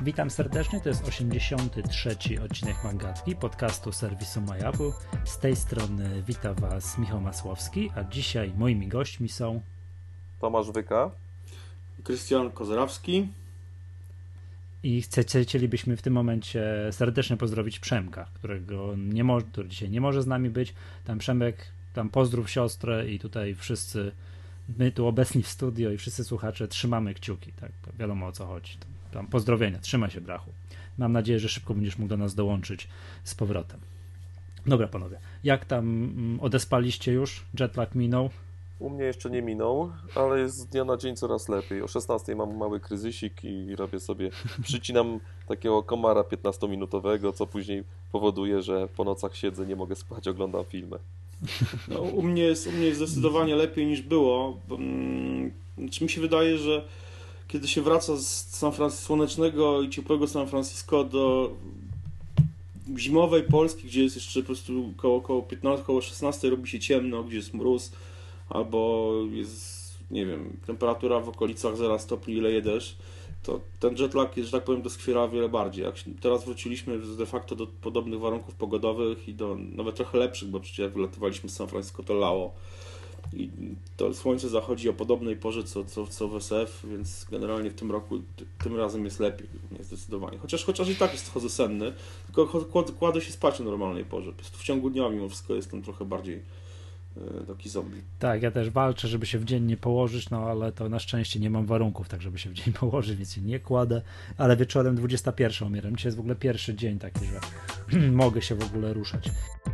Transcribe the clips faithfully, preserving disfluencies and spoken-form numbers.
Witam serdecznie, to jest osiemdziesiąty trzeci odcinek Magatki, podcastu serwisu MyApple. Z tej strony wita Was Michał Masłowski, a dzisiaj moimi gośćmi są Tomasz Wyka, Krystian Kozerawski. I chcecie, chcielibyśmy w tym momencie serdecznie pozdrowić Przemka, którego nie może, który dzisiaj nie może z nami być. Tam Przemek, tam pozdrów siostrę i tutaj wszyscy, my tu obecni w studio i wszyscy słuchacze trzymamy kciuki, tak, wiadomo o co chodzi. Tam pozdrowienia, trzymaj się brachu. Mam nadzieję, że szybko będziesz mógł do nas dołączyć z powrotem. Dobra panowie, jak tam odespaliście już? Jetlag minął? U mnie jeszcze nie minął, ale jest z dnia na dzień coraz lepiej. O szesnastej mam mały kryzysik i robię sobie, przycinam takiego komara piętnastominutowego, co później powoduje, że po nocach siedzę, nie mogę spać, oglądam filmy. No, u mnie jest, u mnie jest zdecydowanie lepiej niż było. Znaczy mi się wydaje, że kiedy się wraca z San Francisco, słonecznego i ciepłego San Francisco do zimowej Polski, gdzie jest jeszcze po prostu koło, koło piętnaście, koło szesnaście robi się ciemno, gdzie jest mróz, albo jest, nie wiem, temperatura w okolicach zera stopni i leje deszcz, to ten jetlag jest, że tak powiem, doskwiera wiele bardziej. Jak teraz wróciliśmy de facto do podobnych warunków pogodowych i do nawet trochę lepszych, bo przecież jak wylatywaliśmy z San Francisco, to lało. I to słońce zachodzi o podobnej porze co, co, co w S F, więc generalnie w tym roku tym razem jest lepiej, nie zdecydowanie. Chociaż, chociaż i tak jest chodzę senny, tylko kładę się spać o normalnej porze. Po prostu w ciągu dnia mimo wszystko jestem trochę bardziej yy, taki zombie. Tak, ja też walczę, żeby się w dzień nie położyć, no ale to na szczęście nie mam warunków, tak żeby się w dzień położyć, więc się nie kładę, ale wieczorem dwudziesta pierwsza umieram. Dzisiaj jest w ogóle pierwszy dzień taki, że mogę się w ogóle ruszać.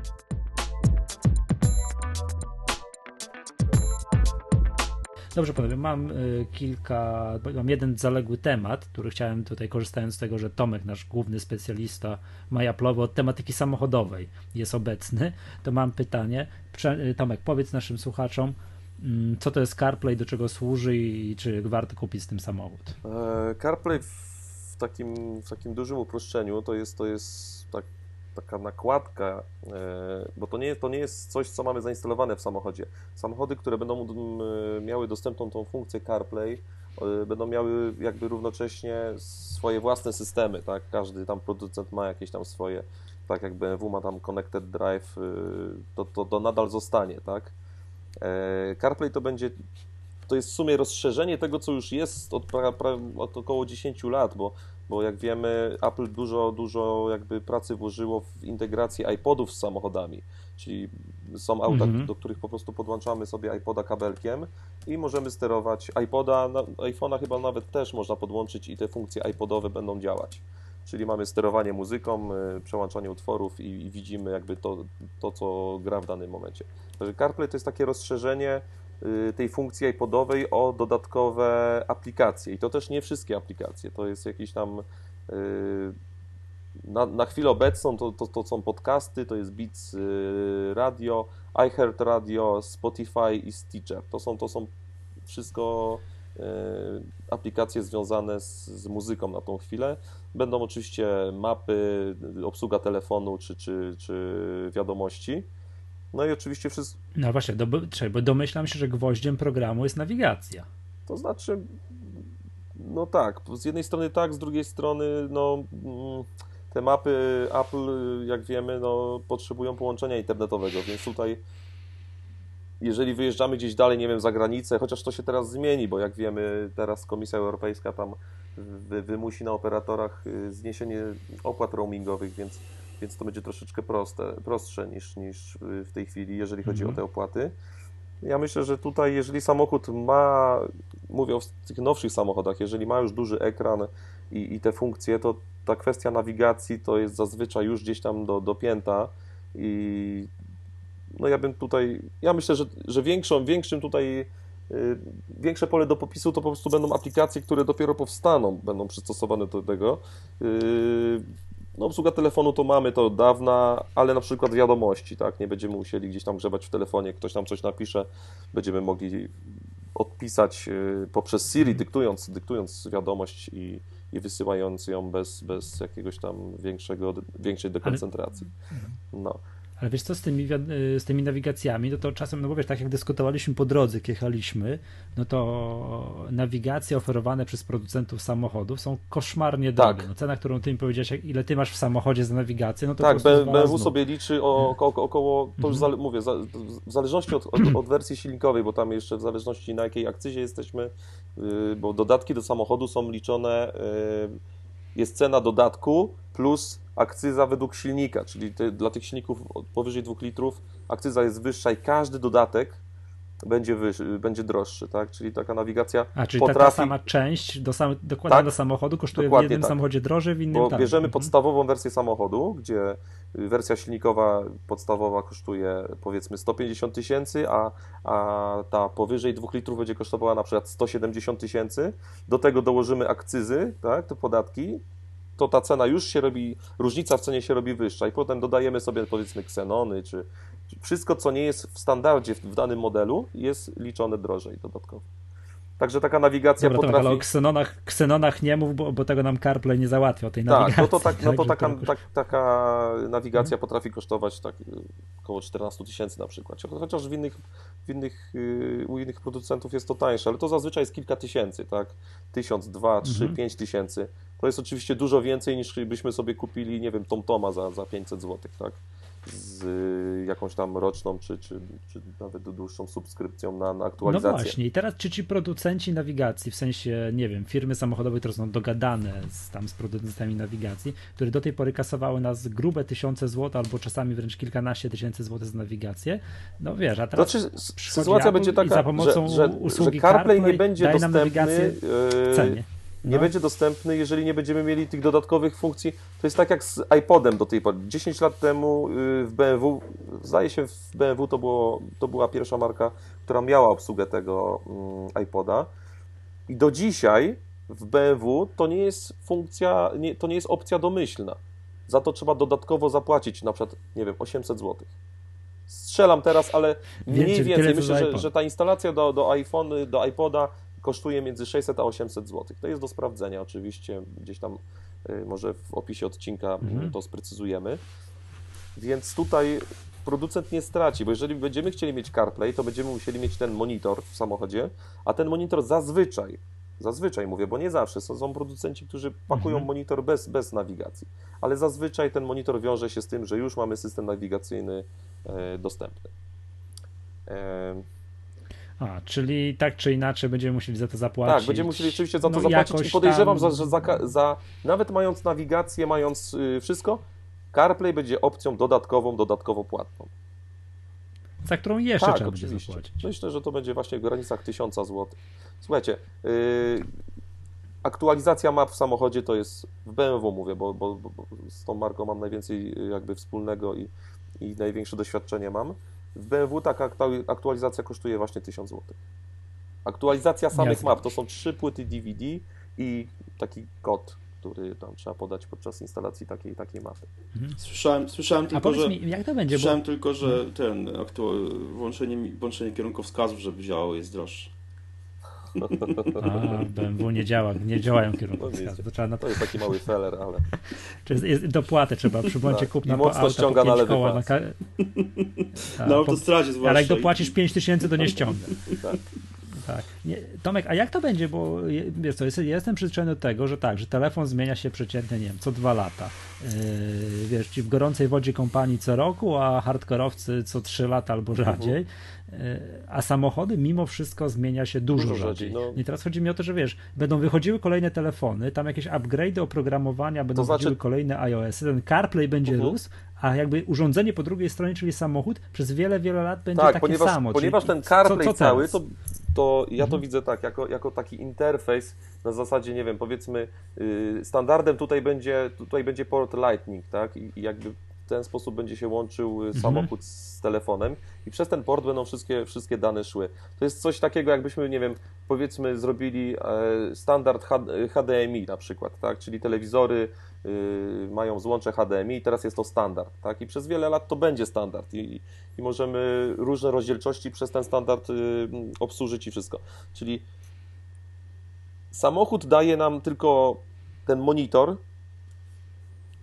Dobrze panowie, mam y, kilka, mam jeden zaległy temat, który chciałem tutaj, korzystając z tego, że Tomek, nasz główny specjalista MyApple'owy od tematyki samochodowej jest obecny, to mam pytanie. Prze- Tomek, powiedz naszym słuchaczom, mm, co to jest CarPlay, do czego służy i czy warto kupić z tym samochód? E, CarPlay w takim, w takim dużym uproszczeniu to jest, to jest tak, taka nakładka, bo to nie, to nie jest coś, co mamy zainstalowane w samochodzie. Samochody, które będą miały dostępną tą funkcję CarPlay, będą miały jakby równocześnie swoje własne systemy, tak? Każdy tam producent ma jakieś tam swoje, tak jak B M W ma tam Connected Drive, to, to, to nadal zostanie, tak? CarPlay to będzie, to jest w sumie rozszerzenie tego, co już jest od, pra, pra, od około dziesięciu lat, bo bo jak wiemy, Apple dużo, dużo jakby pracy włożyło w integrację iPodów z samochodami, czyli są auta, mm-hmm. do których po prostu podłączamy sobie iPoda kabelkiem i możemy sterować iPoda, iPhone'a chyba nawet też można podłączyć i te funkcje iPodowe będą działać. Czyli mamy sterowanie muzyką, przełączanie utworów i, i widzimy jakby to, to, co gra w danym momencie. Także CarPlay to jest takie rozszerzenie tej funkcji iPodowej o dodatkowe aplikacje i to też nie wszystkie aplikacje, to jest jakiś tam na, na chwilę obecną to, to, to są podcasty, to jest Beats Radio, iHeart Radio, Spotify i Stitcher, to są, to są wszystko aplikacje związane z, z muzyką na tą chwilę. Będą oczywiście mapy, obsługa telefonu czy, czy, czy wiadomości. No i oczywiście wszystko. No właśnie, do, bo domyślam się, że gwoździem programu jest nawigacja. To znaczy, no tak, z jednej strony tak, z drugiej strony no te mapy Apple, jak wiemy, no potrzebują połączenia internetowego, więc tutaj jeżeli wyjeżdżamy gdzieś dalej, nie wiem, za granicę, chociaż to się teraz zmieni, bo jak wiemy, teraz Komisja Europejska tam wy, wymusi na operatorach zniesienie opłat roamingowych, więc więc to będzie troszeczkę proste, prostsze niż, niż w tej chwili, jeżeli chodzi mm-hmm. o te opłaty. Ja myślę, że tutaj, jeżeli samochód ma, mówię o tych nowszych samochodach, jeżeli ma już duży ekran i, i te funkcje, to ta kwestia nawigacji to jest zazwyczaj już gdzieś tam do, dopięta i no ja bym tutaj, ja myślę, że, że większą, większym tutaj, yy, większe pole do popisu to po prostu będą aplikacje, które dopiero powstaną, będą przystosowane do tego. Yy, No, obsługa telefonu to mamy to od dawna, ale na przykład wiadomości, tak? Nie będziemy musieli gdzieś tam grzebać w telefonie, ktoś nam coś napisze, będziemy mogli odpisać poprzez Siri, dyktując, dyktując wiadomość i, i wysyłając ją bez, bez jakiegoś tam większego, większej dekoncentracji. No. Ale wiesz co, z tymi, z tymi nawigacjami, no to czasem, no bo wiesz, tak jak dyskutowaliśmy po drodze, jak jechaliśmy, no to nawigacje oferowane przez producentów samochodów są koszmarnie drogie. Tak. No cena, którą ty mi powiedziałeś, jak- ile ty masz w samochodzie za nawigację, no to Tak, po prostu B M W znów. sobie liczy o około, około to już zale, mówię, za, w zależności od, od, od wersji silnikowej, bo tam jeszcze w zależności na jakiej akcyzie jesteśmy, yy, bo dodatki do samochodu są liczone, yy, jest cena dodatku plus akcyza według silnika, czyli te, dla tych silników powyżej dwóch litrów akcyza jest wyższa i każdy dodatek będzie, wyższy, będzie droższy, tak? Czyli taka nawigacja A, czyli potrafi... ta, ta sama część do sam, dokładnie Tak, do samochodu kosztuje w dokładnie jednym tak. samochodzie drożej, w innym Bo tak. bierzemy Mhm. podstawową wersję samochodu, gdzie wersja silnikowa podstawowa kosztuje powiedzmy sto pięćdziesiąt tysięcy, a, a ta powyżej dwóch litrów będzie kosztowała na przykład sto siedemdziesiąt tysięcy. Do tego dołożymy akcyzy, tak, te podatki, to ta cena już się robi, różnica w cenie się robi wyższa i potem dodajemy sobie powiedzmy ksenony, czy, czy wszystko, co nie jest w standardzie w, w danym modelu, jest liczone drożej dodatkowo. Także taka nawigacja Dobra, potrafi... Tomek, ale o ksenonach, ksenonach nie mów, bo, bo tego nam CarPlay nie załatwia, tej Tak, nawigacji. no to, tak, no to że taka, to- tak, taka nawigacja potrafi kosztować tak około czternaście tysięcy na przykład, chociaż w innych, w innych, yy, u innych producentów jest to tańsze, ale to zazwyczaj jest kilka tysięcy, tak? Tysiąc, dwa, trzy, Mhm. pięć tysięcy. To jest oczywiście dużo więcej niż byśmy sobie kupili, nie wiem, TomToma za, za pięćset złotych, tak? Z y, jakąś tam roczną, czy, czy, czy nawet dłuższą subskrypcją na, na No aktualizację. właśnie, i teraz czy ci producenci nawigacji, w sensie, nie wiem, firmy samochodowe, które są dogadane z, tam z producentami nawigacji, które do tej pory kasowały nas grube tysiące złotych, albo czasami wręcz kilkanaście tysięcy złotych za nawigację, no wiesz, a teraz Znaczy, s- przychodzi sytuacja Apple będzie i za taka, pomocą że, że, usługi że CarPlay nie CarPlay będzie daje nam dostępny, nawigację w cenie. yy, nie No. będzie dostępny, jeżeli nie będziemy mieli tych dodatkowych funkcji. To jest tak jak z iPodem do tej pory. dziesięć lat temu yy, w B M W, zdaje się w B M W to, było, to była pierwsza marka, która miała obsługę tego yy, iPoda. I do dzisiaj w B M W to nie jest funkcja, nie, to nie jest opcja domyślna. Za to trzeba dodatkowo zapłacić na przykład, nie wiem, osiemset złotych. Strzelam teraz, ale mniej Więcej, więcej. tyle co Myślę, za że, iPod. że ta instalacja do, do iPhone, do iPoda kosztuje między sześćset a osiemset złotych. To jest do sprawdzenia oczywiście. Gdzieś tam y, może w opisie odcinka Mhm. to sprecyzujemy. Więc tutaj producent nie straci, bo jeżeli będziemy chcieli mieć CarPlay, to będziemy musieli mieć ten monitor w samochodzie, a ten monitor zazwyczaj, zazwyczaj mówię, bo nie zawsze, są, są producenci, którzy pakują Mhm. monitor bez, bez nawigacji, ale zazwyczaj ten monitor wiąże się z tym, że już mamy system nawigacyjny e, dostępny. E, A, czyli tak czy inaczej będziemy musieli za to zapłacić. tak, będziemy musieli oczywiście za to No, zapłacić jakoś i podejrzewam, tam- za, że za, za, nawet mając nawigację, mając y, wszystko, CarPlay będzie opcją dodatkową, dodatkowo płatną. Za którą jeszcze Tak, trzeba będzie oczywiście. zapłacić. Myślę, że to będzie właśnie w granicach tysiąc złotych. Słuchajcie, yy, aktualizacja map w samochodzie to jest, w B M W mówię, bo, bo, bo z tą marką mam najwięcej jakby wspólnego i, i największe doświadczenie mam. W B M W taka aktu- aktualizacja kosztuje właśnie tysiąc złotych. Aktualizacja samych Jasne. map to są trzy płyty D V D i taki kod, który tam trzeba podać podczas instalacji takiej, takiej mapy. Słyszałem, słyszałem A tylko, powiedz że... mi, jak to będzie? Bo Słyszałem tylko, że ten aktu- włączenie, włączenie kierunkowskazów, żeby działało, jest droższe. A, B M W nie działa, nie działają No kierunkowskazy. wiecie, To trzeba na To jest taki mały feller, ale... Czy jest, jest dopłatę trzeba przy błędzie Tak, kupna i po mocno auta ściąga po pięć na lewy koła pas. ka- Tak, Na po- autostradzie zwłaszcza. Ale jak dopłacisz pięć tysięcy, to nie ściąga. Tak. Tak. Nie, Tomek, a jak to będzie, bo je- wiesz co, jest, jestem przyzwyczajony do tego, że tak, że telefon zmienia się przeciętnie, nie wiem, co dwa lata. Yy, wiesz, ci w gorącej wodzie kompanii co roku, a hardkorowcy co trzy lata albo rzadziej. Yy, a samochody mimo wszystko zmienia się dużo, Dużo rzadziej. rzadziej, no. I teraz chodzi mi o to, że wiesz, będą wychodziły kolejne telefony, tam jakieś upgrade'y oprogramowania, będą To znaczy- wychodziły kolejne iOS-y, ten CarPlay będzie Mhm. rósł, a jakby urządzenie po drugiej stronie, czyli samochód, przez wiele, wiele lat będzie Tak, takie ponieważ, samo. ponieważ czyli ten co- CarPlay co cały, teraz? to, to ja to Mhm. widzę tak, jako, jako taki interfejs na zasadzie, nie wiem, powiedzmy yy, standardem tutaj będzie, tutaj będzie port Lightning, tak, i, i jakby w ten sposób będzie się łączył y, Mhm. samochód z telefonem i przez ten port będą wszystkie, wszystkie dane szły. To jest coś takiego, jakbyśmy, nie wiem, powiedzmy zrobili e, standard H- H D M I na przykład, tak, czyli telewizory y, mają złącze H D M I i teraz jest to standard, tak, i przez wiele lat to będzie standard i, i możemy różne rozdzielczości przez ten standard y, obsłużyć i wszystko. Czyli samochód daje nam tylko ten monitor,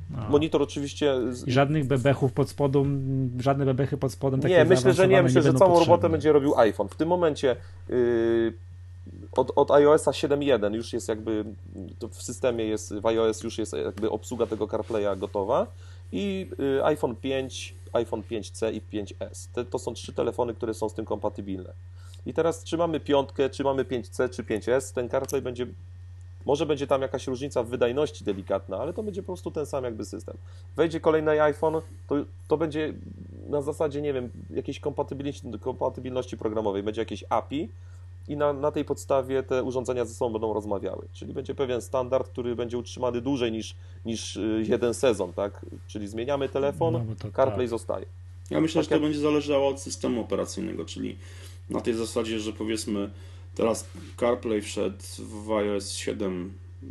No. Monitor oczywiście... I żadnych bebechów pod spodem, żadne bebechy pod spodem takie Nie, myślę, że nie. Myślę, nie że całą potrzebne. robotę będzie robił iPhone. W tym momencie yy, od, od iOS-a siedem jeden już jest jakby, to w systemie jest, w iOS już jest jakby obsługa tego CarPlaya gotowa i yy, iPhone pięć, iPhone pięć C i pięć S. Te, to są trzy telefony, które są z tym kompatybilne. I teraz czy mamy piątkę, czy mamy pięć C, czy pięć S, ten CarPlay będzie... Może będzie tam jakaś różnica w wydajności delikatna, ale to będzie po prostu ten sam jakby system. Wejdzie kolejny iPhone, to, to będzie na zasadzie, nie wiem, jakiejś kompatybilności, kompatybilności programowej. Będzie jakieś A P I i na, na tej podstawie te urządzenia ze sobą będą rozmawiały. Czyli będzie pewien standard, który będzie utrzymany dłużej niż, niż jeden sezon, tak? Czyli zmieniamy telefon, no, to CarPlay tak. zostaje. Ja myślę, tak że to jak... będzie zależało od systemu operacyjnego, czyli na tej zasadzie, że powiedzmy teraz CarPlay wszedł w iOS siedem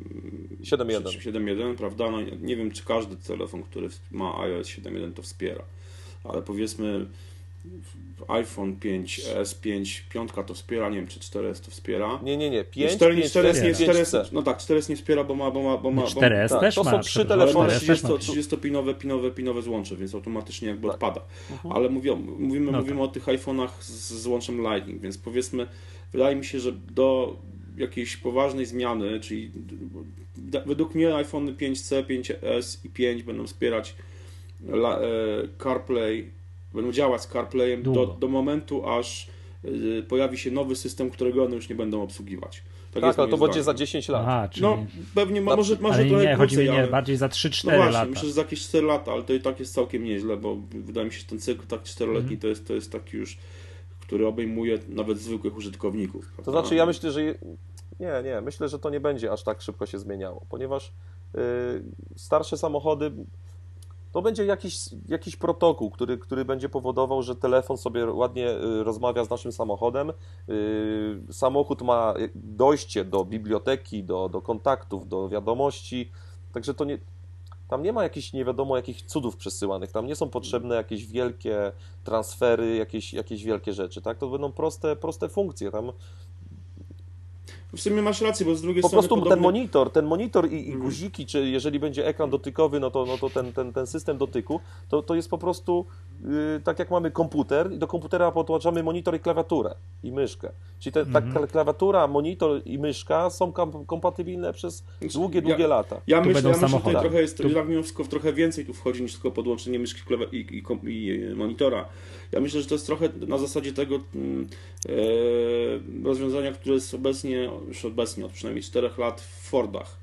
siedem jeden, prawda? No, nie wiem, czy każdy telefon, który ma iOS siedem jeden to wspiera, ale powiedzmy iPhone pięć S, pięć, pięć to wspiera, nie wiem, czy cztery S to wspiera. Nie, nie, nie, pięć, cztery, pięć, cztery S nie, pięć cztery C. S, no tak, cztery S nie wspiera, bo ma, bo ma, bo ma, bo cztery S tak, też to ma. są trzy przepraszam, telefony, cztery S też ma. trzydziestopinowe pinowe, pinowe złącze, więc automatycznie jakby tak. odpada. Mhm. Ale mówię, mówimy, no mówimy tak. o tych iPhone'ach z, z łączem Lightning, więc powiedzmy, wydaje mi się, że do jakiejś poważnej zmiany, czyli według mnie iPhone pięć C, pięć S i pięć będą wspierać la, e, CarPlay, będą działać z CarPlayem do, do momentu, aż e, pojawi się nowy system, którego one już nie będą obsługiwać. Tak, jest ale to moim będzie za zdaniem. dziesięć lat. Aha, czyli... No, pewnie, Na- może, może ale trochę nie, chodzi mi krócej, nie, ale... bardziej za trzy No cztery właśnie, lata. myślę, że za jakieś cztery lata, ale to i tak jest całkiem nieźle, bo wydaje mi się, że ten cykl tak czteroletni Mhm. to, jest, to jest taki już, który obejmuje nawet zwykłych użytkowników. To prawda? znaczy, ja myślę, że... Je... Nie, nie, myślę, że to nie będzie aż tak szybko się zmieniało, ponieważ yy, starsze samochody, to będzie jakiś, jakiś protokół, który, który będzie powodował, że telefon sobie ładnie yy, rozmawia z naszym samochodem. Yy, samochód ma dojście do biblioteki, do, do kontaktów, do wiadomości, także to nie... Tam nie ma jakichś nie wiadomo jakich cudów przesyłanych, tam nie są potrzebne jakieś wielkie transfery, jakieś, jakieś wielkie rzeczy, tak? To będą proste, proste funkcje, tam W sumie masz rację, bo z drugiej po strony prostu podobny... ten monitor, ten monitor i, i Mhm. guziki, czy jeżeli będzie ekran dotykowy, no to, no to ten, ten, ten system dotyku, to, to jest po prostu yy, tak jak mamy komputer i do komputera podłączamy monitor i klawiaturę i myszkę. Czyli te, Mhm. ta klawiatura, monitor i myszka są kom- kompatybilne przez długie, długie ja, lata. Ja Tu myślę, będą ja myślę, że tutaj samochody. trochę jest, Tu- tu... mimo wszystko trochę więcej tu wchodzi niż tylko podłączenie myszki klawi- i, i, kom- i monitora. Ja myślę, że to jest trochę na zasadzie tego mm, e, rozwiązania, które jest obecnie, już obecnie od przynajmniej czterech lat w Fordach.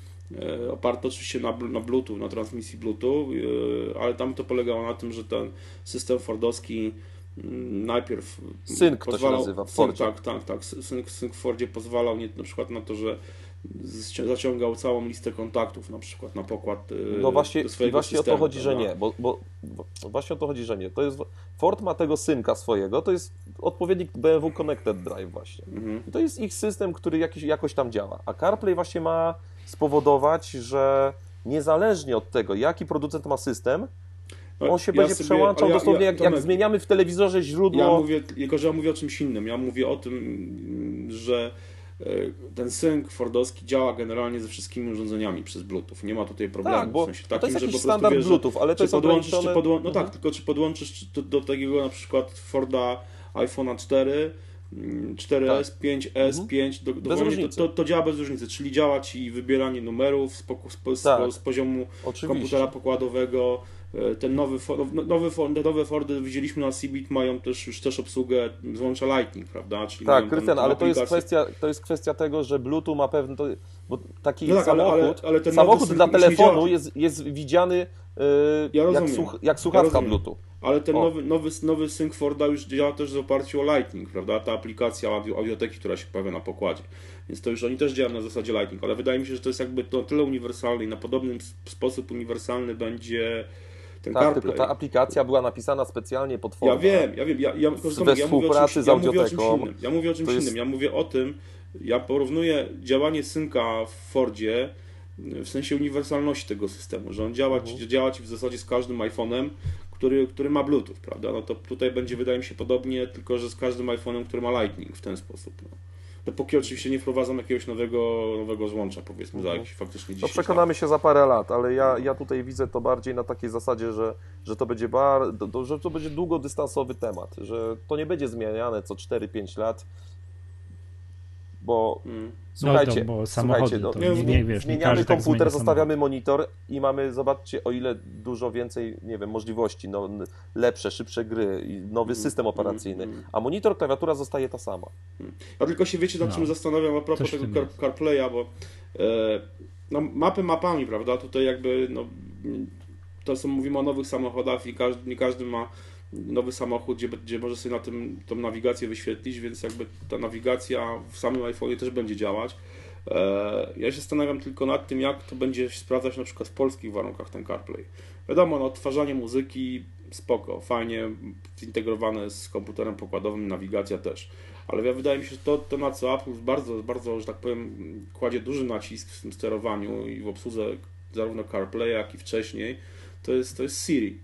E, oparte oczywiście na, bl- na Bluetooth, na transmisji Bluetooth, e, ale tam to polegało na tym, że ten system fordowski mm, najpierw Sync to się pozwalał, nazywa w sync, Fordzie. tak, tak, tak. Sync, sync w Fordzie pozwalał nie, na przykład na to, że z- zaciągał całą listę kontaktów na przykład na pokład e, No właśnie, do i swojego właśnie systemu, o to chodzi, że prawda? nie, bo, bo, bo właśnie o to chodzi, że nie. To jest, Ford ma tego synka swojego, to jest odpowiednik B M W Connected Drive właśnie. Mhm. I to jest ich system, który jakiś, jakoś tam działa. A CarPlay właśnie ma spowodować, że niezależnie od tego, jaki producent ma system, No, on się ja będzie sobie- przełączał ale ja- dosłownie ja- jak, jak Tomek, zmieniamy w telewizorze źródło. Ja mówię, tylko że ja mówię o czymś innym. Ja mówię o tym, że e, ten sync fordowski działa generalnie ze wszystkimi urządzeniami przez Bluetooth. Nie ma tutaj problemu. Tak, bo w sensie to takim, jest że jakiś po prostu standard wiesz, że Bluetooth, ale to czy jest podłączysz, czy ograniczone... podłą... No Mhm. tak, tylko czy podłączysz do, do takiego na przykład Forda iPhone'a cztery, mm, cztery S, Tak. pięć S, Mhm. pięć, do, Bez dowolnie, to, różnicy. to, to działa bez różnicy, czyli działa Ci wybieranie numerów z, poku- z, po- z, Tak. z poziomu Oczywiście. komputera pokładowego. Ten nowy, For- no- nowy, For- te nowe Fordy widzieliśmy na Cbit, mają też już też obsługę złącza Lightning, prawda? Czyli mają Tak, tam Krystian, tą ale to jest, aplikację. kwestia, to jest kwestia tego, że Bluetooth ma pewne... To, bo taki No tak, ale- samochód, ale- ale ten samochód nowy dla już nie telefonu działa. jest, jest widziany yy, Ja jak, rozumiem. słuch, jak Ja słuchawka rozumiem. Bluetooth. Ale ten O. nowy, nowy, nowy sync Forda już działa też w oparciu o Lightning, prawda? Ta aplikacja audio, audioteki, która się pojawia na pokładzie. Więc to już oni też działają na zasadzie Lightning, ale wydaje mi się, że to jest jakby to tyle uniwersalne i na podobny s- sposób uniwersalny będzie ten Tak, CarPlay. tylko ta aplikacja była napisana specjalnie pod Forda. Ja wiem, ja wiem, ja, ja, tylko, że We Tomek, ja mówię o współpracy czymś, z ja mówię o czymś Audioteką. innym. Ja mówię o czymś To jest- innym. Ja mówię o tym, ja porównuję działanie synka w Fordzie w sensie uniwersalności tego systemu, że on działa, Mhm. ci, działa ci w zasadzie z każdym iPhone'em, który, który ma Bluetooth, prawda? No to tutaj będzie, wydaje mi się, podobnie, tylko że z każdym iPhone'em, który ma Lightning w ten sposób. No. dopóki oczywiście nie wprowadzą jakiegoś nowego, nowego złącza, powiedzmy, Mhm. za jakieś faktycznie No dziesięć przekonamy lat. się za parę lat, ale ja, ja tutaj widzę to bardziej na takiej zasadzie, że, że, to będzie bar, do, że to będzie długodystansowy temat, że to nie będzie zmieniane co cztery pięć lat, bo Mm. słuchajcie, no to, bo samochody, słuchajcie, no, to nie- nie, nie, wiesz, nie zmieniamy każdy tak komputer, zmienia zostawiamy samochód. monitor i mamy, zobaczcie, o ile dużo więcej, nie wiem, możliwości, no, lepsze, szybsze gry, i nowy Mm, system operacyjny, mm, mm. a monitor, klawiatura zostaje ta sama. Ja tylko się, wiecie, nad No. czym zastanawiam a propos Coś w tego tym car, jest. CarPlaya, bo e, no, mapy mapami, prawda, tutaj jakby no, to co mówimy o nowych samochodach i każdy, nie każdy ma nowy samochód, gdzie, gdzie może sobie na tym tą nawigację wyświetlić, więc jakby ta nawigacja w samym iPhone'ie też będzie działać. E, ja się zastanawiam tylko nad tym, jak to będzie się sprawdzać na przykład w polskich warunkach ten CarPlay. Wiadomo, no, odtwarzanie muzyki spoko, fajnie zintegrowane z komputerem pokładowym, nawigacja też. Ale ja wydaje mi się, że to, to na co Apple bardzo, bardzo, że tak powiem, kładzie duży nacisk w tym sterowaniu i w obsłudze zarówno CarPlay, jak i wcześniej, to jest, to jest Siri.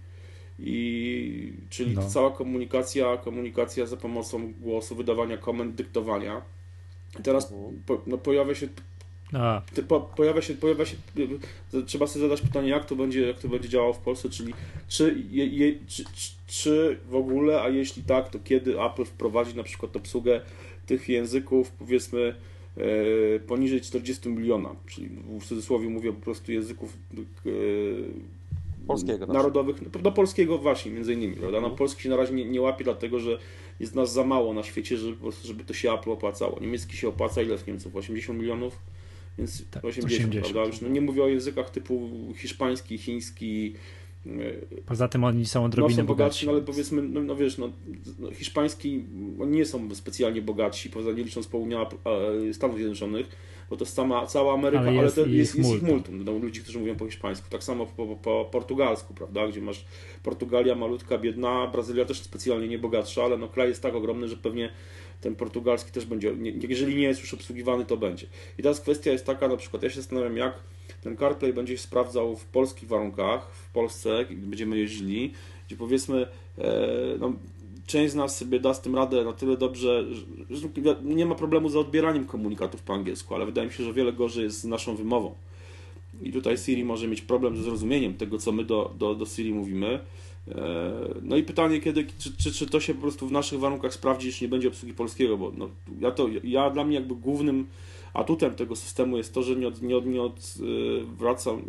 I, czyli No. cała komunikacja, komunikacja za pomocą głosu, wydawania komend, dyktowania. I teraz Mhm. po, no, pojawia się A, Ty- Po, pojawia się, pojawia się, y, trzeba sobie zadać pytanie, jak to będzie, jak to będzie działało w Polsce, czyli czy, je, je, czy, czy, czy w ogóle, a jeśli tak, to kiedy Apple wprowadzi na przykład obsługę tych języków, powiedzmy, e, poniżej czterdzieści miliona, czyli w cudzysłowie mówię po prostu języków e, Polskiego na narodowych, no, do polskiego właśnie między innymi, prawda? No, Mhm. polski się na razie nie, nie łapie, dlatego że jest nas za mało na świecie, żeby, po prostu, żeby to się Apple opłacało. Niemiecki się opłaca, ile w Niemców? osiemdziesiąt milionów? Więc Tak, osiemdziesiąt, osiemdziesiąt. prawda? Już no, nie mówię o językach typu hiszpański, chiński. poza tym oni są No odrobinę są bogatsi, bogatsi. no, ale powiedzmy, no, no wiesz, no, no, hiszpański oni nie są specjalnie bogatsi, poza nie licząc południa e, Stanów Zjednoczonych, bo to jest sama, cała Ameryka, Ale ale, jest to ich jest, jest ich multum. multum, no, ludzi, którzy mówią po hiszpańsku. Tak samo po, po, po portugalsku, prawda, gdzie masz Portugalia malutka, biedna, Brazylia też specjalnie nie bogatsza, ale no kraj jest tak ogromny, że pewnie ten portugalski też będzie, nie, jeżeli nie jest już obsługiwany, to będzie. I teraz kwestia jest taka, na przykład ja się zastanawiam, jak ten CarPlay będzie się sprawdzał w polskich warunkach, w Polsce, gdy będziemy jeździli, gdzie powiedzmy, e, no, część z nas sobie da z tym radę na tyle dobrze, że, że nie ma problemu z odbieraniem komunikatów po angielsku, ale wydaje mi się, że o wiele gorzej jest z naszą wymową. I tutaj Siri może mieć problem ze zrozumieniem tego, co my do, do, do Siri mówimy. No i pytanie, kiedy, czy, czy, czy to się po prostu w naszych warunkach sprawdzi, jeśli nie będzie obsługi polskiego, bo no, ja to, ja dla mnie jakby głównym atutem tego systemu jest to, że nie, od, nie, od, nie odwracam,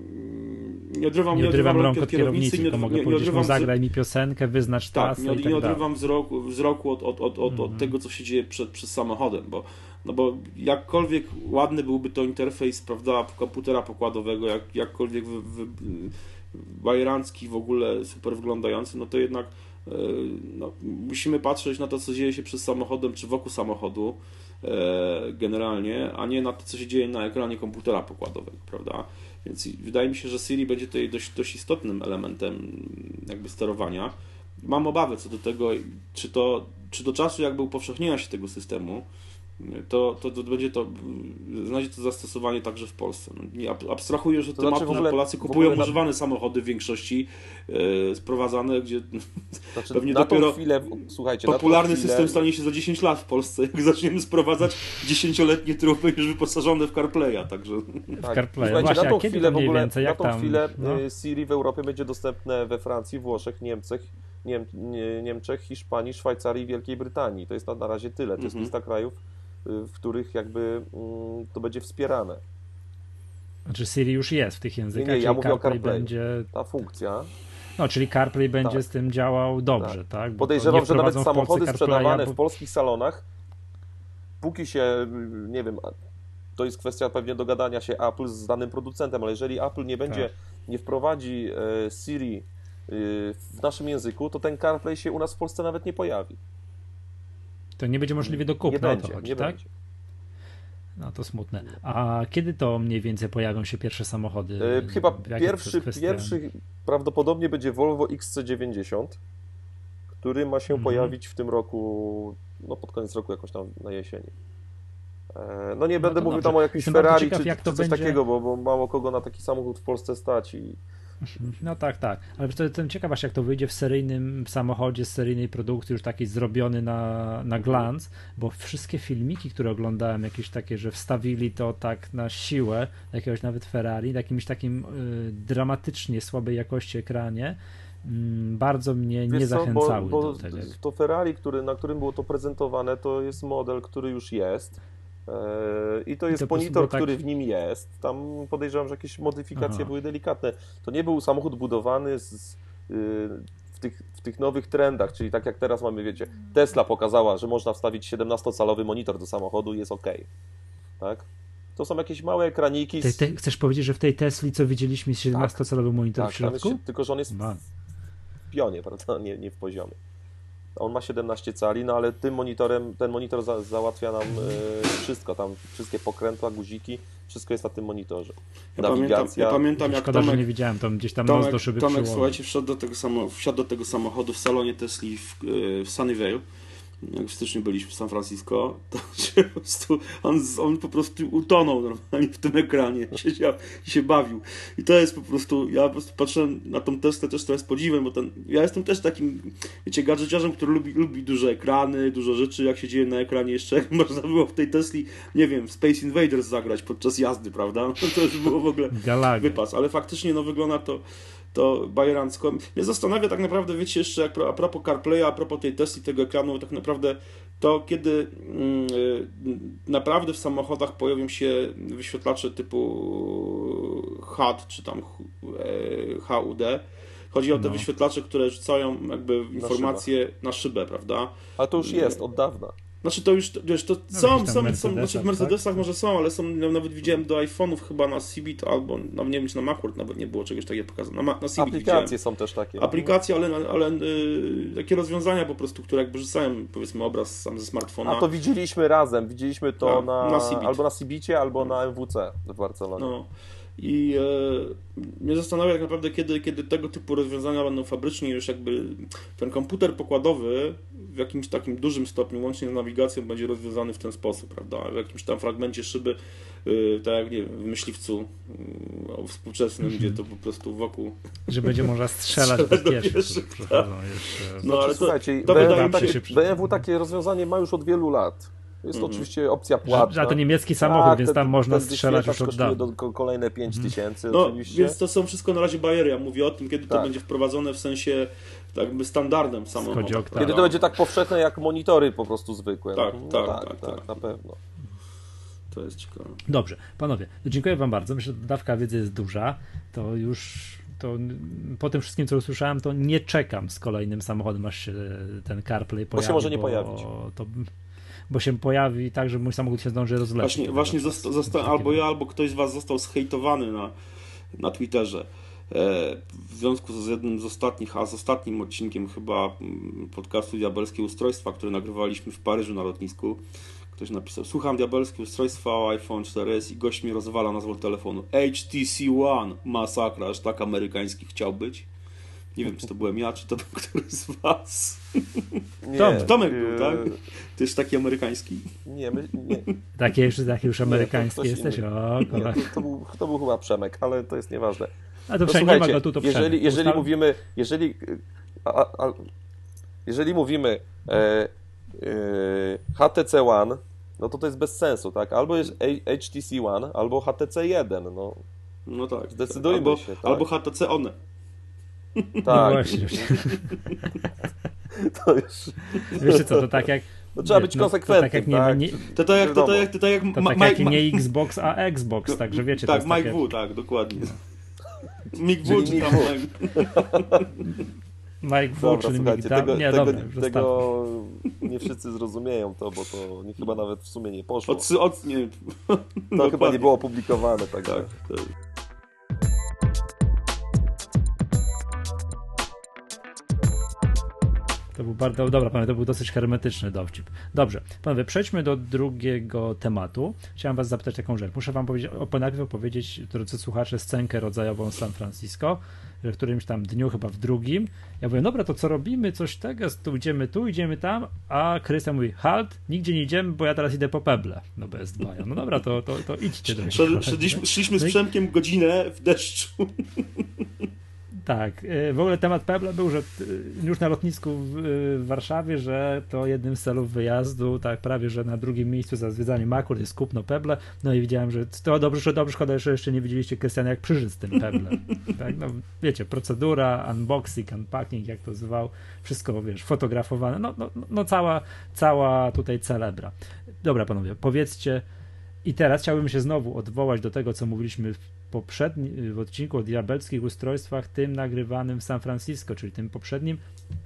nie odrywam, Nie odrywam rąk od od kierownicy, nie, tylko nie, mogę nie powiedzieć mu odrywam zagraj mi piosenkę, wyznacz tak, trasę nie, i tak nie dalej. odrywam wzroku, wzroku od, od, od, od, od Mhm. tego, co się dzieje przed, przed samochodem, bo, no bo jakkolwiek ładny byłby to interfejs, prawda, komputera pokładowego, jak, jakkolwiek wy, wy, bajerancki, w ogóle super wyglądający, no to jednak yy, no, musimy patrzeć na to, co dzieje się przed samochodem, czy wokół samochodu yy, generalnie, a nie na to, co się dzieje na ekranie komputera pokładowego, prawda? Więc wydaje mi się, że Siri będzie tutaj dość, dość istotnym elementem jakby sterowania. Mam obawę co do tego, czy to, czy do czasu jakby upowszechnienia się tego systemu, to, to, to będzie to, znajdzie to zastosowanie także w Polsce. No, nie, abstrahuję już od To tematu, znaczy w że ogóle- Polacy w kupują ogóle na- używane samochody w większości e, sprowadzane, gdzie Znaczy, pewnie na dopiero tą chwilę, słuchajcie, popularny na tą chwilę, system stanie się za dziesięć lat w Polsce, jak zaczniemy sprowadzać dziesięcioletnie trupy już wyposażone w CarPlaya, także... tak, CarPlaya. słuchajcie, Właśnie, na tą a kiedy chwilę to w mniej ogóle, więcej? na Jak tą tam? chwilę No. y, Siri w Europie będzie dostępne we Francji, Włoszech, Niemczech, Niem, nie, Niemczech, Hiszpanii, Szwajcarii i Wielkiej Brytanii. To jest na, na razie tyle. To jest Mhm. lista krajów, y, w których jakby mm, to będzie wspierane. Znaczy Siri już jest w tych językach, Nie, nie, ja czyli mówię o CarPlay CarPlayu. będzie... Ta funkcja. No, czyli CarPlay będzie Tak. z tym działał dobrze, tak? tak. Bo to Podejrzewam, nie że nawet wprowadzą w Polsce samochody CarPlaya, sprzedawane bo- w polskich salonach, póki się, nie wiem, to jest kwestia pewnie dogadania się Apple z danym producentem, ale jeżeli Apple nie będzie, Tak. nie wprowadzi e, Siri e, w naszym języku, to ten CarPlay się u nas w Polsce nawet nie pojawi. To nie będzie możliwe do Nie kupna, o to będzie, chodzi, nie tak? będzie. No to smutne. A kiedy to mniej więcej pojawią się pierwsze samochody? E, chyba W jakich to pierwszy, jest kwestia? pierwszy prawdopodobnie będzie Volvo X C dziewięćdziesiąt, który ma się Mhm. pojawić w tym roku, no pod koniec roku jakoś tam na jesieni. E, No nie No będę to mówił dobrze. tam o jakimś Jestem bardzo Ferrari ciekaw, czy, jak czy to coś będzie- takiego, bo, bo mało kogo na taki samochód w Polsce stać i No tak, tak. Ale to jestem ciekaw właśnie, jak to wyjdzie w seryjnym samochodzie, z seryjnej produkcji, już taki zrobiony na, na glans, bo wszystkie filmiki, które oglądałem, jakieś takie, że wstawili to tak na siłę, jakiegoś nawet Ferrari, na jakimś takim y, dramatycznie słabej jakości ekranie, y, bardzo mnie Wiesz nie co, zachęcały bo, do bo tego. To Ferrari, który, na którym było to prezentowane, to jest model, który już jest. I to jest I to monitor, tak... który w nim jest. Tam podejrzewam, że jakieś modyfikacje Aha. były delikatne. To nie był samochód budowany z, z, w, tych, w tych nowych trendach, czyli tak jak teraz mamy, wiecie, Tesla pokazała, że można wstawić siedemnastocalowy monitor do samochodu i jest ok. Tak? To są jakieś małe ekraniki. Z... Te, te, chcesz powiedzieć, że w tej Tesli, co widzieliśmy, jest siedemnastocalowy monitor tak, w środku? Jest, tylko, że on jest Man. w pionie, prawda? Nie, nie w poziomie. On ma siedemnaście cali, no ale tym monitorem, ten monitor za, załatwia nam y, wszystko, tam wszystkie pokrętła, guziki, wszystko jest na tym monitorze. Ja Nawigacja. pamiętam, ja pamiętam jak Szkoda, Tomek, że nie widziałem, tam gdzieś tam Tomek, nos do szyby Tomek przyłożył. słuchajcie, wszedł do, tego samo, wsiadł do tego samochodu w salonie Tesli w, w Sunnyvale. Jak w styczniu byliśmy w San Francisco, to się po prostu, on, on po prostu utonął normalnie w tym ekranie, siedział i się bawił. I to jest po prostu, ja po prostu patrzyłem na tą Teslę też trochę z podziwem, bo ten, ja jestem też takim, wiecie, gadżeciarzem, który lubi, lubi duże ekrany, dużo rzeczy, jak się dzieje na ekranie jeszcze, jak można było w tej Tesli, nie wiem, Space Invaders zagrać podczas jazdy, prawda? No to już było w ogóle Galagę. wypas, ale faktycznie no wygląda to to bajerancko. Mnie zastanawia tak naprawdę, wiecie, jeszcze jak a propos CarPlaya, a propos tej Tesli, tego ekranu, tak naprawdę to kiedy yy, naprawdę w samochodach pojawią się wyświetlacze typu H U D czy tam yy, H U D. Chodzi o te no. wyświetlacze, które rzucają jakby informacje na, na szybę, prawda? A to już jest od dawna. Znaczy to już, wiesz, to no, są, są, w są, znaczy w Mercedesach tak? może są, ale są, nawet widziałem do iPhone'ów chyba na Cbit albo, no nie wiem, czy na Macworld nawet nie było czegoś takiego pokazane. Na, na Cbit Aplikacje widziałem. są też takie. Aplikacje, ale, ale yy, takie rozwiązania po prostu, które jakby rzucają, powiedzmy, obraz sam ze smartfona. A to widzieliśmy razem, widzieliśmy to no, na, na Cbit. albo na Cibicie, albo na M W C w Barcelonie. No. I e, mnie zastanawia tak naprawdę, kiedy, kiedy tego typu rozwiązania będą fabrycznie już jakby ten komputer pokładowy w jakimś takim dużym stopniu, łącznie z nawigacją, będzie rozwiązany w ten sposób, prawda? W jakimś tam fragmencie szyby, yy, tak jak nie wiem, w myśliwcu yy, współczesnym, mm-hmm. gdzie to po prostu wokół... Że będzie można strzelać bezpiecznie. Tak. No ale słuchajcie, to B M W, wydaje takie, się... B M W takie rozwiązanie ma już od wielu lat. Jest to mm. oczywiście opcja płatna. A to niemiecki samochód, tak, więc ten, tam można ten strzelać już od dawna. do kolejne pięć tysięcy no, oczywiście. Więc to są wszystko na razie bariery. Ja mówię o tym, kiedy tak. to będzie wprowadzone w sensie tak jakby standardem samochodu. Kiedy to będzie tak powszechne jak monitory po prostu zwykłe. Tak, no, tak, tak, tak, tak, tak, na pewno. To jest ciekawe. Dobrze, panowie, dziękuję wam bardzo. Myślę, że dawka wiedzy jest duża. To już to po tym wszystkim, co usłyszałem, to nie czekam z kolejnym samochodem, aż się ten CarPlay pojawi. Bo się może nie bo pojawić. To, bo się pojawi tak, że mój samochód się zdąży rozlecieć. Właśnie, właśnie zosta- zosta- albo ja, albo ktoś z was został zhejtowany na, na Twitterze e, w związku z jednym z ostatnich, a z ostatnim odcinkiem chyba podcastu Diabelskie Ustrojstwa, który nagrywaliśmy w Paryżu na lotnisku. Ktoś napisał, słucham Diabelskie Ustrojstwa o iPhone cztery S i gość mi rozwala nazwę telefonu. H T C One, masakra, aż tak amerykański chciał być. Nie wiem, czy to byłem ja, czy to był któryś z was. Nie, Tomek, Tomek yy... był, tak? Ty jest taki amerykański? Nie, my, nie. Takie już, takie już amerykańskie jesteś? O, nie, to, to, był, to był chyba Przemek, ale to jest nieważne. A to no, nie ma go tu, to jeżeli, jeżeli Ustal... mówimy, jeżeli, a, a, jeżeli mówimy e, e, H T C One, no to to jest bez sensu, tak? Albo jest H T C One, albo H T C jeden, no. No tak. Zdecydujmy albo, się. Tak? Albo H T C One. Tak. No właśnie. To już... Wiecie co, to tak jak... No trzeba być no, konsekwentnym, to tak jak nie, tak? nie, to, to, jak, to, to, jak, to, to jak... To ma, tak ma, jak ma, nie Xbox, a Xbox, także wiecie... Tak, to Mike takie... W, tak, dokładnie. Mike W, czy tam Mike W, dobra, czyli słuchajcie, tam... tego, nie, tego, dobra, tego nie wszyscy zrozumieją to, bo to nie, chyba nawet w sumie nie poszło. Od, od, nie, to chyba nie było opublikowane. Tak, tak, tak. To był bardzo, dobra, panowie, to był dosyć hermetyczny dowcip. Dobrze, panowie, przejdźmy do drugiego tematu. Chciałem was zapytać taką rzecz. Muszę wam powiedzieć, najpierw opowiedzieć, drodzy słuchacze, scenkę rodzajową z San Francisco, że w którymś tam dniu, chyba w drugim, ja mówię, dobra, to co robimy, coś tego, tu idziemy tu, idziemy tam, a Krystian mówi, halt, nigdzie nie idziemy, bo ja teraz idę po Peble do Best Buy. No dobra, to, to, to idźcie do Szedliśmy, Szliśmy z no i... Przemkiem godzinę w deszczu. Tak, w ogóle temat Pebble był, że już na lotnisku w Warszawie, że to jednym z celów wyjazdu, tak prawie, że na drugim miejscu za zwiedzaniem akurat jest kupno Pebble, no i widziałem, że to dobrze, że dobrze, szkoda, że jeszcze nie widzieliście, Krystian, jak przyszedł z tym Pebble. Tak, no wiecie, procedura, unboxing, unpacking, jak to zwał, wszystko, wiesz, fotografowane, no, no, no cała, cała tutaj celebra. Dobra, panowie, powiedzcie, i teraz chciałbym się znowu odwołać do tego, co mówiliśmy w poprzednim w odcinku o diabelskich ustrojstwach, tym nagrywanym w San Francisco, czyli tym poprzednim,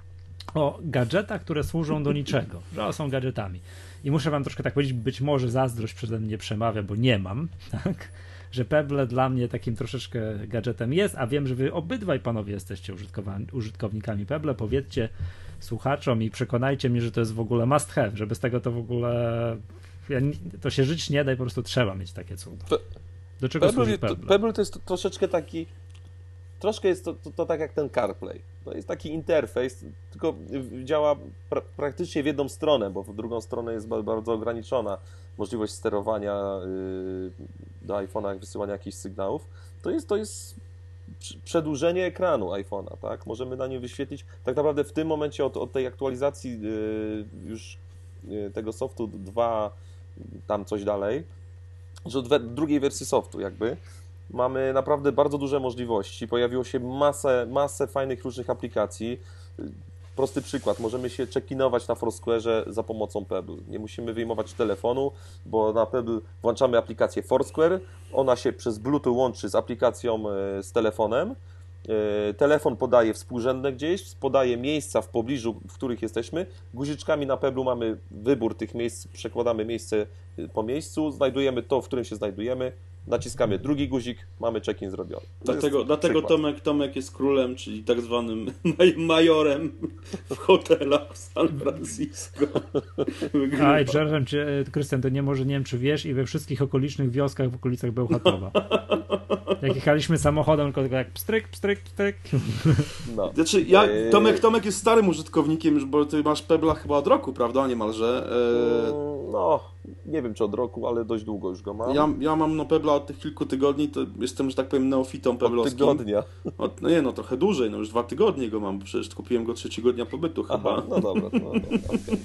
o gadżetach, które służą do niczego, że są gadżetami. I muszę wam troszkę tak powiedzieć, być może zazdrość przeze mnie przemawia, bo nie mam, tak? Że Pebble dla mnie takim troszeczkę gadżetem jest, a wiem, że wy obydwaj panowie jesteście użytkownikami Pebble. Powiedzcie słuchaczom i przekonajcie mnie, że to jest w ogóle must have, że bez tego to w ogóle to się żyć nie da i po prostu trzeba mieć takie cuda. Do czego Pebble, służy Pebble? Pebble to jest troszeczkę taki, troszkę jest to, to, to tak jak ten CarPlay. To jest taki interfejs, tylko działa pra, praktycznie w jedną stronę, bo w drugą stronę jest bardzo ograniczona możliwość sterowania yy, do iPhone'a, wysyłania jakichś sygnałów. To jest, to jest przedłużenie ekranu iPhone'a, tak? Możemy na nim wyświetlić, tak naprawdę w tym momencie od, od tej aktualizacji yy, już yy, tego softu dwa, tam coś dalej, że od drugiej wersji softu jakby, mamy naprawdę bardzo duże możliwości. Pojawiło się masę, masę fajnych różnych aplikacji. Prosty przykład, możemy się check-inować na Foursquare'ze za pomocą Pebble. Nie musimy wyjmować telefonu, bo na Pebble włączamy aplikację Foursquare, ona się przez Bluetooth łączy z aplikacją z telefonem. Telefon podaje współrzędne gdzieś, podaje miejsca w pobliżu, w których jesteśmy. Guziczkami na Pebble mamy wybór tych miejsc, przekładamy miejsce po miejscu, znajdujemy to, w którym się znajdujemy, naciskamy drugi guzik, mamy check-in zrobiony. To dlatego dlatego Tomek, Tomek jest królem, czyli tak zwanym majorem w hotelach w San Francisco. A i przepraszam cię, Krystian, to nie może, nie wiem czy wiesz, i we wszystkich okolicznych wioskach w okolicach Bełchatowa. Jak jechaliśmy samochodem, tylko jak pstryk, pstryk, pstryk. No. Znaczy, ja, Tomek, Tomek jest starym użytkownikiem już, bo ty masz Pebble'a chyba od roku, prawda, niemalże? E... No, nie wiem czy od roku, ale dość długo już go mam. Ja, ja mam no Pebble'a od tych kilku tygodni, to jestem, że tak powiem, neofitą peblowskim. Od tygodnia. Od, no nie, no trochę dłużej, no już dwa tygodnie go mam, przecież kupiłem go trzeciego dnia pobytu chyba. Aha, no dobra, no, no, okay.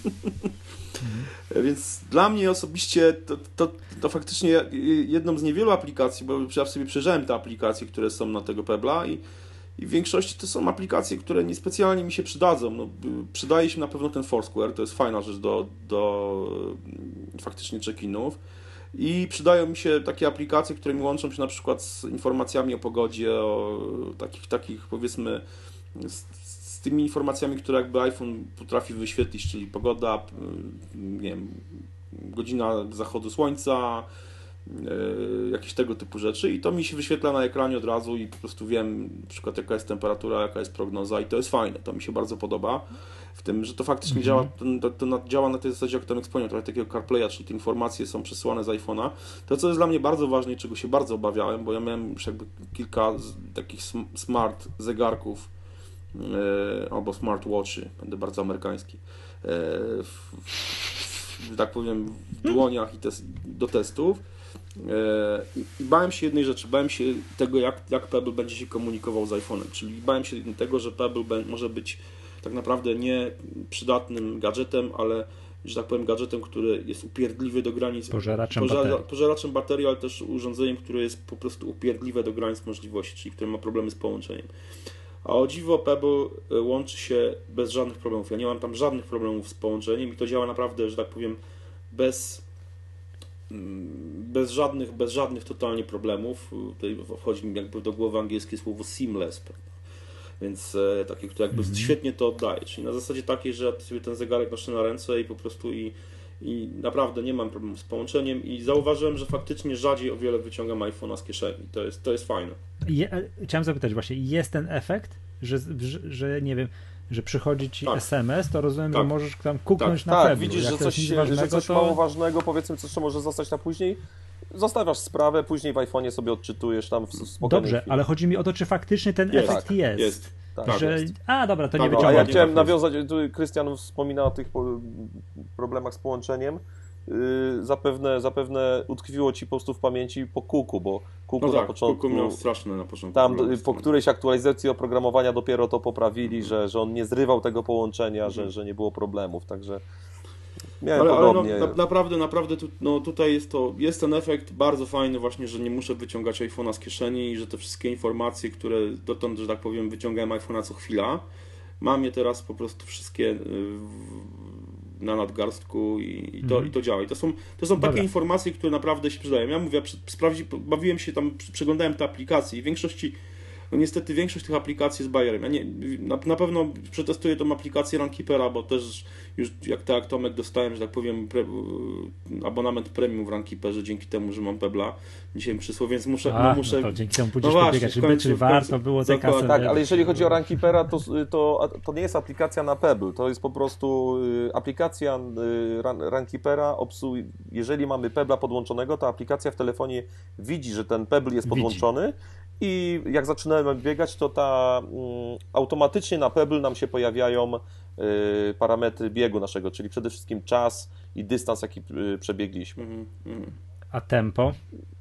Więc dla mnie osobiście to, to, to faktycznie jedną z niewielu aplikacji, bo ja sobie przejrzałem te aplikacje, które są na tego Pebble'a i, i w większości to są aplikacje, które niespecjalnie mi się przydadzą. No, przydaje się na pewno ten Foursquare, to jest fajna rzecz do, do faktycznie check-inów. I przydają mi się takie aplikacje, które mi łączą się na przykład z informacjami o pogodzie, o takich, takich powiedzmy z, z tymi informacjami, które jakby iPhone potrafi wyświetlić, czyli pogoda, nie wiem, godzina zachodu słońca, yy, jakieś tego typu rzeczy i to mi się wyświetla na ekranie od razu i po prostu wiem na przykład jaka jest temperatura, jaka jest prognoza i to jest fajne, to mi się bardzo podoba. W tym, że to faktycznie mm-hmm. działa, to, to, to działa na tej zasadzie, jak Tomek wspomniał, trochę takiego CarPlaya, czyli te informacje są przesyłane z iPhone'a. To, co jest dla mnie bardzo ważne i czego się bardzo obawiałem, bo ja miałem już jakby kilka z, takich smart zegarków e, albo smartwatchy, będę bardzo amerykański, e, w, w, tak powiem w dłoniach i tes, do testów. E, i, I bałem się jednej rzeczy, bałem się tego, jak, jak Pebble będzie się komunikował z iPhone'em, czyli bałem się tego, że Pebble be, może być tak naprawdę nie przydatnym gadżetem, ale, że tak powiem, gadżetem, który jest upierdliwy do granic. Pożeraczem pożera, baterii. Pożeraczem baterii, ale też urządzeniem, które jest po prostu upierdliwe do granic możliwości, czyli które ma problemy z połączeniem. A o dziwo Pebble łączy się bez żadnych problemów. Ja nie mam tam żadnych problemów z połączeniem i to działa naprawdę, że tak powiem, bez, bez, żadnych, bez żadnych totalnie problemów. Tutaj wchodzi mi jakby do głowy angielskie słowo seamless, prawda? Więc e, takie, które jakby mm-hmm. świetnie to oddaje. Czyli na zasadzie takiej, że ja sobie ten zegarek noszę na ręce i po prostu i, i naprawdę nie mam problemu z połączeniem i zauważyłem, że faktycznie rzadziej o wiele wyciągam iPhone'a z kieszeni. To jest, to jest fajne. Je, chciałem zapytać właśnie, jest ten efekt, że, że, że nie wiem, że przychodzi ci tak. es em es, to rozumiem, tak. że możesz tam kuknąć tak. na tak, Pebble. widzisz, Jak że to coś, jest ważnego, że coś to... mało ważnego, powiedzmy, co jeszcze może zostać na później, zostawiasz sprawę, później w iPhone'ie sobie odczytujesz tam w spokojnej Dobrze, chwili. ale chodzi mi o to, czy faktycznie ten jest, efekt tak, jest. jest. Tak, że... jest. A, dobra, to tak, nie no, wyciągam. a ja chciałem nawiązać, tu Krystian wspomina o tych problemach z połączeniem. yy, zapewne, zapewne utkwiło ci po prostu w pamięci po Cooku, bo Cooku no na tak, początku... Cooku miał straszne na początku. Tam po którejś aktualizacji oprogramowania dopiero to poprawili, mhm. że, że on nie zrywał tego połączenia, mhm. że, że nie było problemów, także miałem ale, podobnie. Ale no, na, naprawdę, naprawdę tu, no, tutaj jest to, jest ten efekt bardzo fajny właśnie, że nie muszę wyciągać iPhone'a z kieszeni i że te wszystkie informacje, które dotąd, że tak powiem, wyciągałem iPhone'a co chwila, mam je teraz po prostu wszystkie na nadgarstku i, i, to, mm. i to działa. I to są, to są takie informacje, które naprawdę się przydają. Ja mówię, sprawdzi, bawiłem się tam, przeglądałem te aplikacje i w większości, no niestety większość tych aplikacji jest bajerem. Ja nie, na, na pewno przetestuję tą aplikację Runkeepera, bo też już jak tak jak Tomek dostałem, że tak powiem, pre, abonament premium w Runkeeperze dzięki temu, że mam Pebla. Dzisiaj mi przysło, więc muszę... A, no muszę no to dzięki temu pójdziesz no pobiegać, czy, czy warto było te kasy... Tak, ale jeżeli chodzi o Runkeepera, to, to, to nie jest aplikacja na Pebble, to jest po prostu aplikacja Runkeepera, obsłu... jeżeli mamy Pebla podłączonego, to aplikacja w telefonie widzi, że ten Pebble jest podłączony widzi. I jak zaczynamy biegać, to ta um, automatycznie na Pebble nam się pojawiają y, parametry biegu naszego, czyli przede wszystkim czas i dystans, jaki y, przebiegliśmy. Mm, mm. A tempo?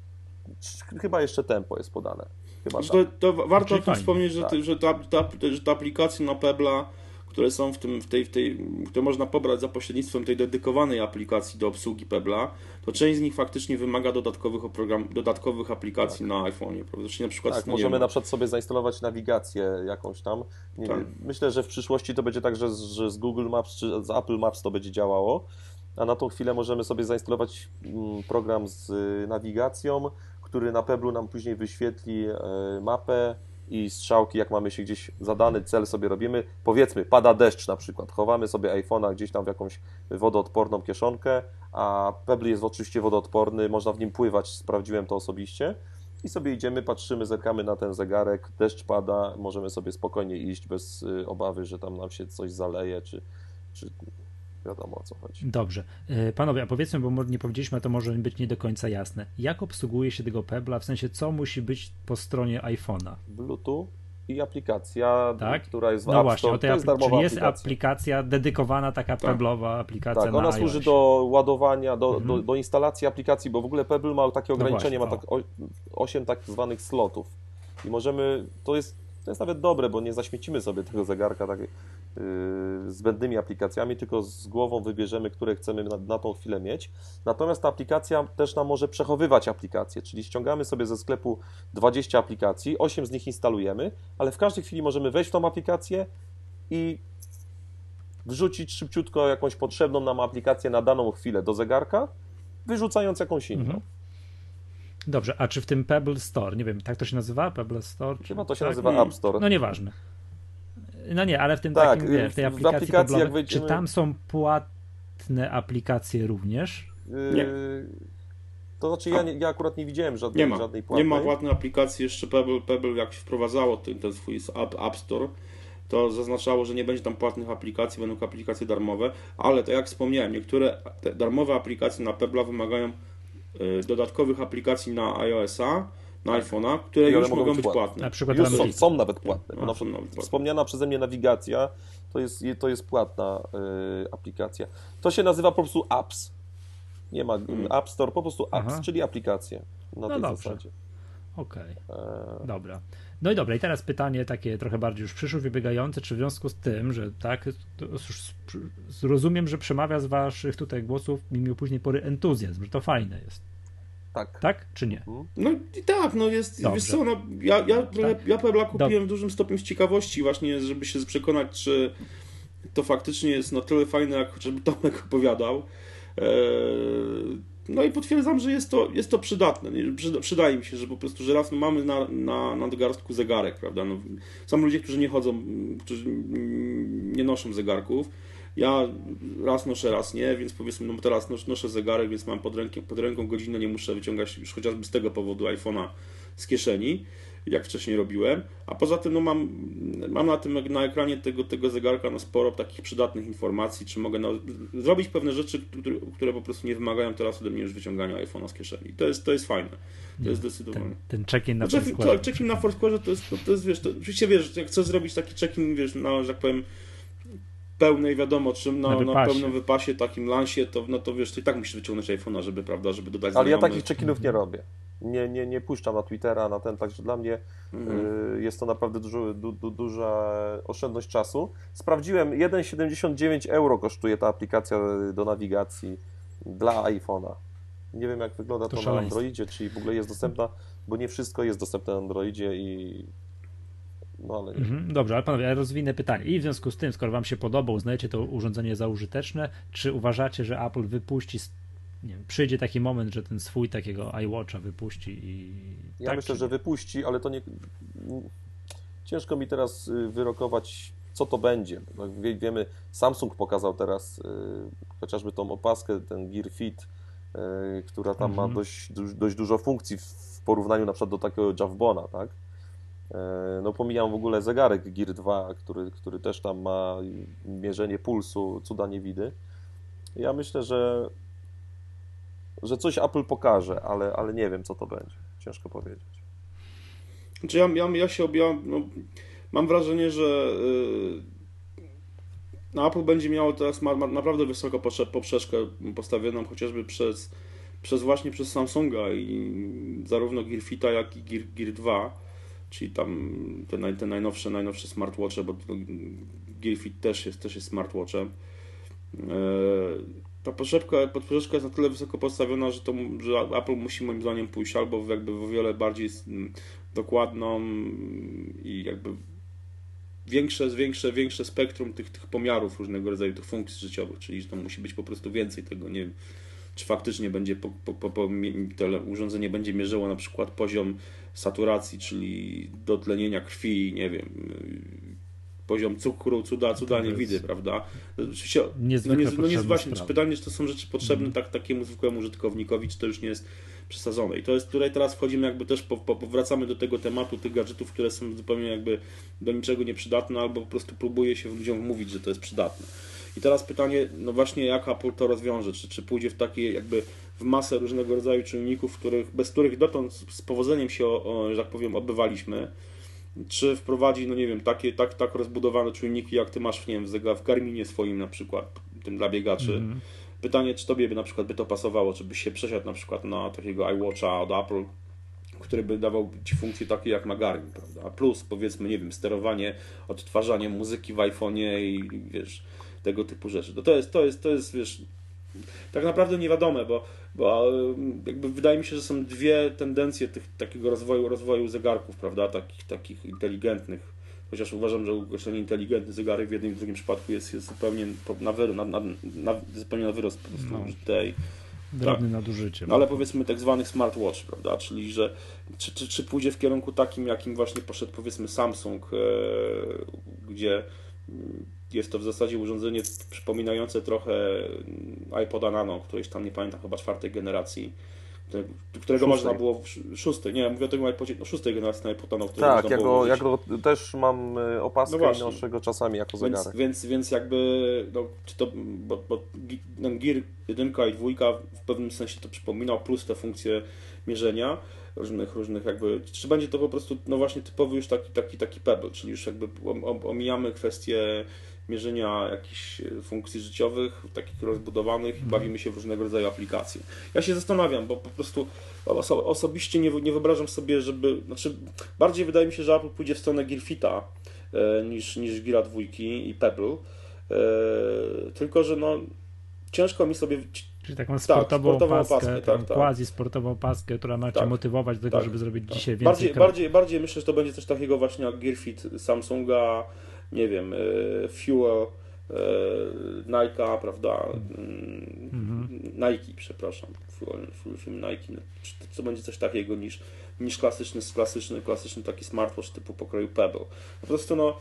Chyba jeszcze tempo jest podane. Chyba to, to warto Czyli o tym wspomnieć, że, tak. ty, że, ta, ta, że ta aplikacja na Pebla, które są w tym, w tej, w tej, które można pobrać za pośrednictwem tej dedykowanej aplikacji do obsługi Pebla, to część z nich faktycznie wymaga dodatkowych, oprogram, dodatkowych aplikacji tak. na iPhone'ie. Prawda? Czyli na przykład tak, możemy na przykład sobie zainstalować nawigację jakąś tam. Nie, tak. Myślę, że w przyszłości to będzie tak, że z, że z Google Maps czy z Apple Maps to będzie działało, a na tą chwilę możemy sobie zainstalować program z nawigacją, który na Peblu nam później wyświetli mapę i strzałki, jak mamy się gdzieś zadany cel sobie robimy, powiedzmy pada deszcz na przykład, chowamy sobie iPhone'a gdzieś tam w jakąś wodoodporną kieszonkę, a Pebble jest oczywiście wodoodporny, można w nim pływać, sprawdziłem to osobiście i sobie idziemy, patrzymy, zerkamy na ten zegarek, deszcz pada, możemy sobie spokojnie iść bez obawy, że tam nam się coś zaleje, czy, czy wiadomo o co chodzi. Dobrze. Panowie, a powiedzmy, bo nie powiedzieliśmy, a to może być nie do końca jasne. Jak obsługuje się tego Pebble'a, w sensie co musi być po stronie iPhone'a? Bluetooth i aplikacja, tak? która jest w no App właśnie, Store. To jest, czyli jest aplikacja. aplikacja dedykowana, taka tak. Pebble'owa aplikacja tak, na ona służy iOSie. do ładowania, do, mhm. do, do instalacji aplikacji, bo w ogóle Pebble ma takie ograniczenie, no ma tak osiem tak zwanych slotów i możemy, to jest, to jest nawet dobre, bo nie zaśmiecimy sobie tego zegarka tak, yy, zbędnymi aplikacjami, tylko z głową wybierzemy, które chcemy na, na tą chwilę mieć. Natomiast ta aplikacja też nam może przechowywać aplikacje, czyli ściągamy sobie ze sklepu dwadzieścia aplikacji, osiem z nich instalujemy, ale w każdej chwili możemy wejść w tą aplikację i wrzucić szybciutko jakąś potrzebną nam aplikację na daną chwilę do zegarka, wyrzucając jakąś inną. Mhm. Dobrze, a czy w tym Pebble Store, nie wiem, tak to się nazywa? Pebble Store? Czy... Chyba to się tak? nazywa App Store. No nieważne. No nie, ale w tym tak, takim, nie, w tej aplikacji, w aplikacji jak wejdziemy... Czy tam są płatne aplikacje również? Yy, nie. To znaczy ja, nie, ja akurat nie widziałem żadnej, nie ma. żadnej płatnej. Nie ma płatnej aplikacji, jeszcze Pebble, Pebble jak się wprowadzało ten, ten swój App, App Store, to zaznaczało, że nie będzie tam płatnych aplikacji, będą aplikacje darmowe, ale tak jak wspomniałem, niektóre te darmowe aplikacje na Pebble'a wymagają y, dodatkowych aplikacji na iOS-a, na tak. iPhone'a, które już mogą, mogą być płatne. płatne. Na przykład już są, są nawet płatne. No, są nawet płatne. Wspomniana przeze mnie nawigacja to jest, to jest płatna y, aplikacja. To się nazywa po prostu Apps. Nie ma hmm. App Store, po prostu Apps, Aha. czyli aplikacje na no tej dobrze. zasadzie. Okej, okay. e... dobra. No i dobra, i teraz pytanie takie trochę bardziej już przyszłe, wybiegające, czy w związku z tym, że tak, zrozumiem, że przemawia z waszych tutaj głosów mimo później pory entuzjazm, że to fajne jest. Tak. Tak, czy nie? No i tak, no jest, wiesz co, no, ja, ja, tak. ja Pebble'a kupiłem Dob- w dużym stopniu z ciekawości właśnie, żeby się przekonać, czy to faktycznie jest na tyle fajne, jak chociażby Tomek opowiadał. No i potwierdzam, że jest to, jest to przydatne. Przydaje mi się, że po prostu, że raz mamy na, na nadgarstku zegarek, prawda? No, są ludzie, którzy nie chodzą, którzy nie noszą zegarków. Ja raz noszę, raz nie, więc powiedzmy, no teraz nos, noszę zegarek, więc mam pod ręką, pod ręką godzinę, nie muszę wyciągać już chociażby z tego powodu iPhone'a z kieszeni, jak wcześniej robiłem, a poza tym no mam, mam na tym na ekranie tego, tego zegarka no sporo takich przydatnych informacji, czy mogę no, zrobić pewne rzeczy, które, które po prostu nie wymagają teraz ode mnie już wyciągania iPhone'a z kieszeni. To jest, to jest fajne. To jest zdecydowanie. Ten, ten check-in na no, Foursquare. Check-in na Foursquare to jest, to, to jest wiesz, to, oczywiście wiesz, jak chcesz zrobić taki check-in, wiesz, no, że tak powiem, pełnej, wiadomo czym, no, na, na pełnym wypasie, takim lansie, to, no to wiesz, to i tak musisz wyciągnąć iPhone'a, żeby, prawda, żeby dodać Ale znajomych. ja takich check-inów nie robię. Nie, nie, nie puszczam na Twittera, na ten, także dla mnie mhm. y, jest to naprawdę dużo, du, du, duża oszczędność czasu. Sprawdziłem, jeden przecinek siedemdziesiąt dziewięć euro kosztuje ta aplikacja do nawigacji dla iPhone'a. Nie wiem, jak wygląda to, to na Androidzie, czy w ogóle jest dostępna, bo nie wszystko jest dostępne na Androidzie i no ale... Mhm, dobrze, ale panowie, ja rozwinę pytanie. I w związku z tym, skoro wam się podoba, uznajecie to urządzenie za użyteczne, czy uważacie, że Apple wypuści, nie wiem, przyjdzie taki moment, że ten swój takiego iWatcha wypuści i... Ja tak, myślę, czy... że wypuści, ale to nie... Ciężko mi teraz wyrokować, co to będzie. Jak wiemy, Samsung pokazał teraz y, chociażby tą opaskę, ten Gear Fit, y, która tam mhm. ma dość, dość dużo funkcji w porównaniu na przykład do takiego Jawbona, tak? No pomijam w ogóle zegarek Gear dwa, który, który też tam ma mierzenie pulsu, cuda nie widy. Ja myślę, że, że coś Apple pokaże, ale, ale nie wiem, co to będzie. Ciężko powiedzieć. Znaczy ja, ja, ja się objawam, no, mam wrażenie, że yy, no Apple będzie miało teraz ma, ma naprawdę wysoką poprzeczkę postawioną chociażby przez, przez właśnie przez Samsunga i zarówno Gear Fita, jak i Gear, Gear dwa. Czyli tam te, naj, te najnowsze, najnowsze smartwatche, bo Gear Fit też jest, też jest smartwatchem. Ta poprzeczka, poprzeczka jest na tyle wysoko postawiona, że, to, że Apple musi moim zdaniem pójść albo jakby w o wiele bardziej dokładną i jakby większe, większe, większe spektrum tych, tych pomiarów różnego rodzaju tych funkcji życiowych, czyli że to musi być po prostu więcej tego, nie wiem, czy faktycznie będzie po, po, po, po, to urządzenie będzie mierzyło na przykład poziom saturacji, czyli dotlenienia krwi, nie wiem, poziom cukru, cuda, cuda nie widy, prawda? Oczywiście, no nie, no nie jest właśnie, czy pytanie, czy to są rzeczy potrzebne mm. tak, takiemu zwykłemu użytkownikowi, czy to już nie jest przesadzone. I to jest, tutaj teraz wchodzimy jakby też, po, po, powracamy do tego tematu tych gadżetów, które są zupełnie jakby do niczego nieprzydatne, albo po prostu próbuje się ludziom mówić, że to jest przydatne. I teraz pytanie, no właśnie jak Apple to rozwiąże, czy, czy pójdzie w takie jakby w masę różnego rodzaju czynników, których, bez których dotąd z powodzeniem się, o, że tak powiem, obywaliśmy, czy wprowadzi, no nie wiem, takie tak, tak rozbudowane czujniki, jak ty masz, nie wiem, w Garminie swoim na przykład, tym dla biegaczy. Mm. Pytanie, czy tobie by na przykład by to pasowało, czy byś się przesiadł na przykład na takiego iWatcha od Apple, który by dawał ci funkcje takie jak ma Garmin, prawda? Plus powiedzmy, nie wiem, sterowanie, odtwarzanie muzyki w iPhone'ie i wiesz, tego typu rzeczy. To, to jest, to jest, to jest, wiesz, tak naprawdę niewiadome, bo, bo jakby wydaje mi się, że są dwie tendencje tych, takiego rozwoju, rozwoju zegarków, prawda, takich, takich inteligentnych, chociaż uważam, że określenie inteligentny zegarek w jednym i w drugim przypadku jest, jest zupełnie na, wyro, na, na, na, zupełnie na wyrost po prostu no. tej drobne tak. nadużycie. No ale powiedzmy tak zwanych smartwatch, prawda, czyli że czy, czy, czy pójdzie w kierunku takim, jakim właśnie poszedł powiedzmy Samsung, e, gdzie jest to w zasadzie urządzenie przypominające trochę iPoda Nano, którejś tam nie pamiętam, chyba czwartej generacji, którego szóstej. Można było w szóstej, nie, mówię o tym iPodzie, no szóstej generacji iPoda Nano, którego tak, można ja było go, ja go też mam opaskę no i noszę go czasami jako zegarek. Więc, więc, więc jakby, no, czy to, bo, bo Gear jeden i dwa w pewnym sensie to przypominał, plus te funkcje mierzenia różnych, różnych jakby, czy będzie to po prostu, no właśnie typowy już taki, taki, taki Pebble, czyli już jakby omijamy kwestie mierzenia jakichś funkcji życiowych, takich rozbudowanych i bawimy się w różnego rodzaju aplikacje. Ja się zastanawiam, bo po prostu oso osobiście nie, nie wyobrażam sobie, żeby, znaczy bardziej wydaje mi się, że Apple pójdzie w stronę Gear Fita e, niż, niż Geara dwa i Pebble, e, tylko że no ciężko mi sobie... Czyli taką sportową, tak, sportową opaskę, opaskę tak, tak. quasi sportową opaskę, która ma cię tak, motywować do tego, tak, żeby zrobić tak. dzisiaj więcej bardziej, bardziej, bardziej myślę, że to będzie coś takiego właśnie jak Gear Fit Samsunga, nie wiem, Fuel, Nike'a, prawda, mm-hmm. Nike, przepraszam, Fuel, Fuel Nike, to będzie coś takiego niż, niż klasyczny, klasyczny, klasyczny taki smartwatch typu pokroju Pebble. Po prostu no,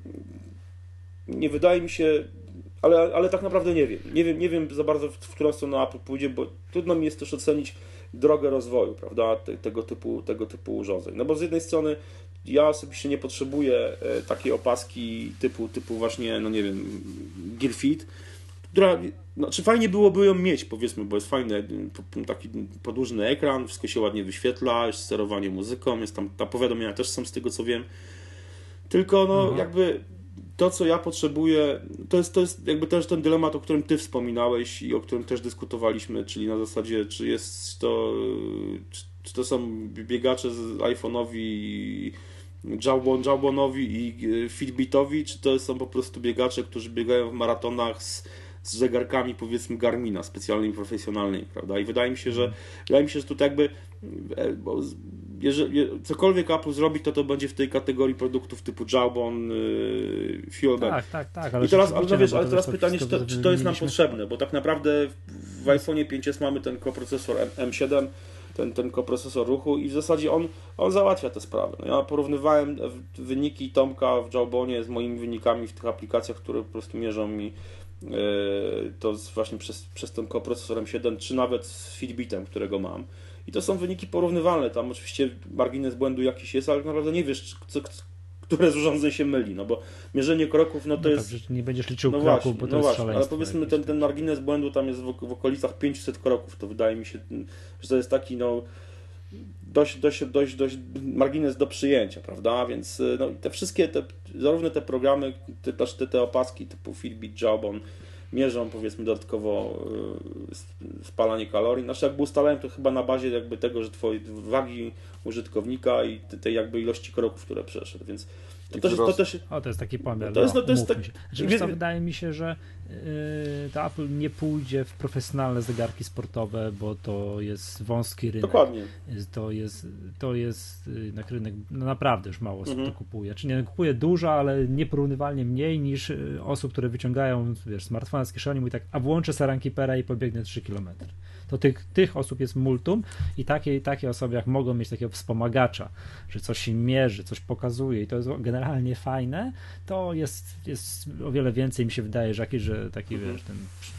nie wydaje mi się, ale, ale tak naprawdę nie wiem. Nie wiem, nie wiem za bardzo, w, w którą stronę Apple pójdzie, bo trudno mi jest też ocenić drogę rozwoju, prawda, Te, tego, typu, tego typu urządzeń. No bo z jednej strony ja osobiście nie potrzebuję e, takiej opaski typu, typu właśnie, no nie wiem, Gear Fit, która, no, czy fajnie byłoby ją mieć, powiedzmy, bo jest fajny taki podłużny ekran, wszystko się ładnie wyświetla, jest sterowanie muzyką, jest tam, ta powiadomienia też są z tego co wiem, tylko no mhm. jakby to, co ja potrzebuję, to jest, to jest jakby też ten dylemat, o którym ty wspominałeś i o którym też dyskutowaliśmy, czyli na zasadzie, czy jest to, czy, czy to są biegacze z iPhone'owi, Jawbone, Jawbone'owi i Fitbitowi, czy to są po prostu biegacze, którzy biegają w maratonach z, z zegarkami, powiedzmy, Garmina, specjalnymi, profesjonalnymi, prawda? I wydaje mi się, że wydaje mi się, że tutaj jakby bo jeżeli cokolwiek Apple zrobi, to to będzie w tej kategorii produktów typu Jawbone, yy, Fuelband. Tak, tak, tak. Ale I teraz, ale, no wiesz, ale teraz to pytanie, czy to, czy to jest nam potrzebne, bo tak naprawdę w iPhone'ie pięć S mamy ten koprocesor M siedem, ten, ten koprocesor ruchu i w zasadzie on, on załatwia te sprawy. No ja porównywałem wyniki Tomka w Jawbone'ie z moimi wynikami w tych aplikacjach, które po prostu mierzą mi yy, to właśnie przez, przez ten koprocesor M siedem, czy nawet z Fitbitem, którego mam. I to są wyniki porównywalne. Tam oczywiście margines błędu jakiś jest, ale naprawdę nie wiesz, co, które z urządzeń się myli, no bo mierzenie kroków, no to no jest... Tak, nie będziesz liczył no kroków, właśnie, bo to no jest właśnie, szaleństwo. ale powiedzmy ten, ten margines błędu tam jest w, w okolicach pięćset kroków. To wydaje mi się, że to jest taki, no... Dość, dość, dość, dość margines do przyjęcia, prawda? Więc no, te wszystkie, te, zarówno te programy, te, te, te opaski typu Fitbit, Jawbone, mierzą, powiedzmy, dodatkowo spalanie kalorii. Znaczy jakby ustalałem to chyba na bazie jakby tego, że twojej wagi użytkownika i tej jakby ilości kroków, które przeszedł, więc to też, to też... O, to jest taki pomiar. To jest, no, to jest tak... Znaczy, wiesz co, wydaje mi się, że yy, to Apple nie pójdzie w profesjonalne zegarki sportowe, bo to jest wąski rynek. Dokładnie. To jest, to jest jednak rynek, no naprawdę już mało osób mhm. to kupuje. Czy nie kupuje dużo, ale nieporównywalnie mniej niż osób, które wyciągają, wiesz, smartfona z kieszeni, mówi tak, a włączę Runkeepera i pobiegnę trzy kilometry. To tych, tych osób jest multum i takie, takie osoby, jak mogą mieć takiego wspomagacza, że coś im mierzy, coś pokazuje i to jest generalnie fajne, to jest, jest o wiele więcej mi się wydaje, że jakiś, że taki, mhm. wiesz, ten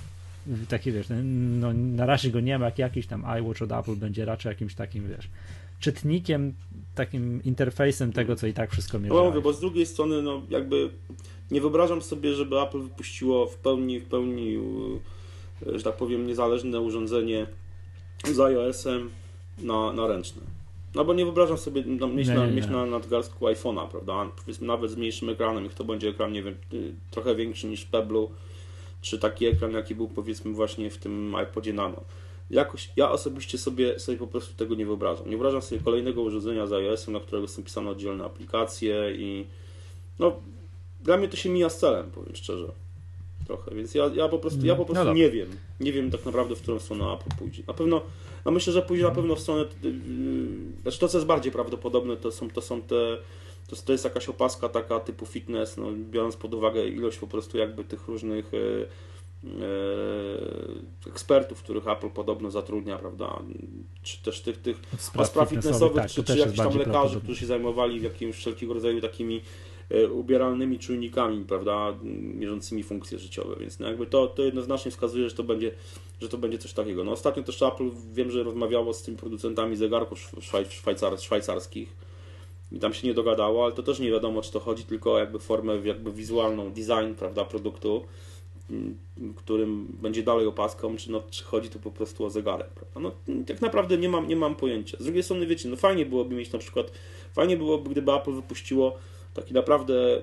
taki, wiesz, ten, no na razie go nie ma, jak jakiś tam iWatch od Apple będzie raczej jakimś takim, wiesz, czytnikiem, takim interfejsem tego, co i tak wszystko mierzy. No mówię, bo z drugiej strony, no jakby nie wyobrażam sobie, żeby Apple wypuściło w pełni, w pełni że tak powiem, niezależne urządzenie z iOS-em na, na ręczne. No bo nie wyobrażam sobie no, mieć, nie, na, nie, mieć nie. na nadgarstku iPhone'a, prawda? Powiedzmy nawet z mniejszym ekranem, niech to będzie ekran, nie wiem, trochę większy niż Pebble, czy taki ekran, jaki był, powiedzmy, właśnie w tym iPodzie Nano. Jakoś, ja osobiście sobie, sobie po prostu tego nie wyobrażam. Nie wyobrażam sobie kolejnego urządzenia z iOS-em, na którego są pisane oddzielne aplikacje i no, dla mnie to się mija z celem, powiem szczerze. Trochę, więc ja, ja po prostu, ja po prostu no nie wiem. Nie wiem tak naprawdę, w którą stronę Apple pójdzie. Na pewno, no myślę, że pójdzie na pewno w stronę, yy, znaczy to, co jest bardziej prawdopodobne, to są, to są te, to, to jest jakaś opaska taka typu fitness, no, biorąc pod uwagę ilość po prostu jakby tych różnych yy, yy, ekspertów, których Apple podobno zatrudnia, prawda, czy też tych, tych spraw, spraw fitnessowych, tak, czy, czy jakichś tam lekarzy, którzy się zajmowali w jakimś wszelkiego rodzaju takimi ubieralnymi czujnikami, prawda, mierzącymi funkcje życiowe, więc no jakby to, to jednoznacznie wskazuje, że to będzie, że to będzie coś takiego. No ostatnio też Apple, wiem, że rozmawiało z tymi producentami zegarków szwaj, szwajcar, szwajcarskich i tam się nie dogadało, ale to też nie wiadomo, czy to chodzi tylko o jakby formę jakby wizualną, design, prawda, produktu, którym będzie dalej opaską, czy, no, czy chodzi tu po prostu o zegarek, prawda? No tak naprawdę nie mam, nie mam pojęcia. Z drugiej strony, wiecie, no fajnie byłoby mieć na przykład, fajnie byłoby, gdyby Apple wypuściło taki naprawdę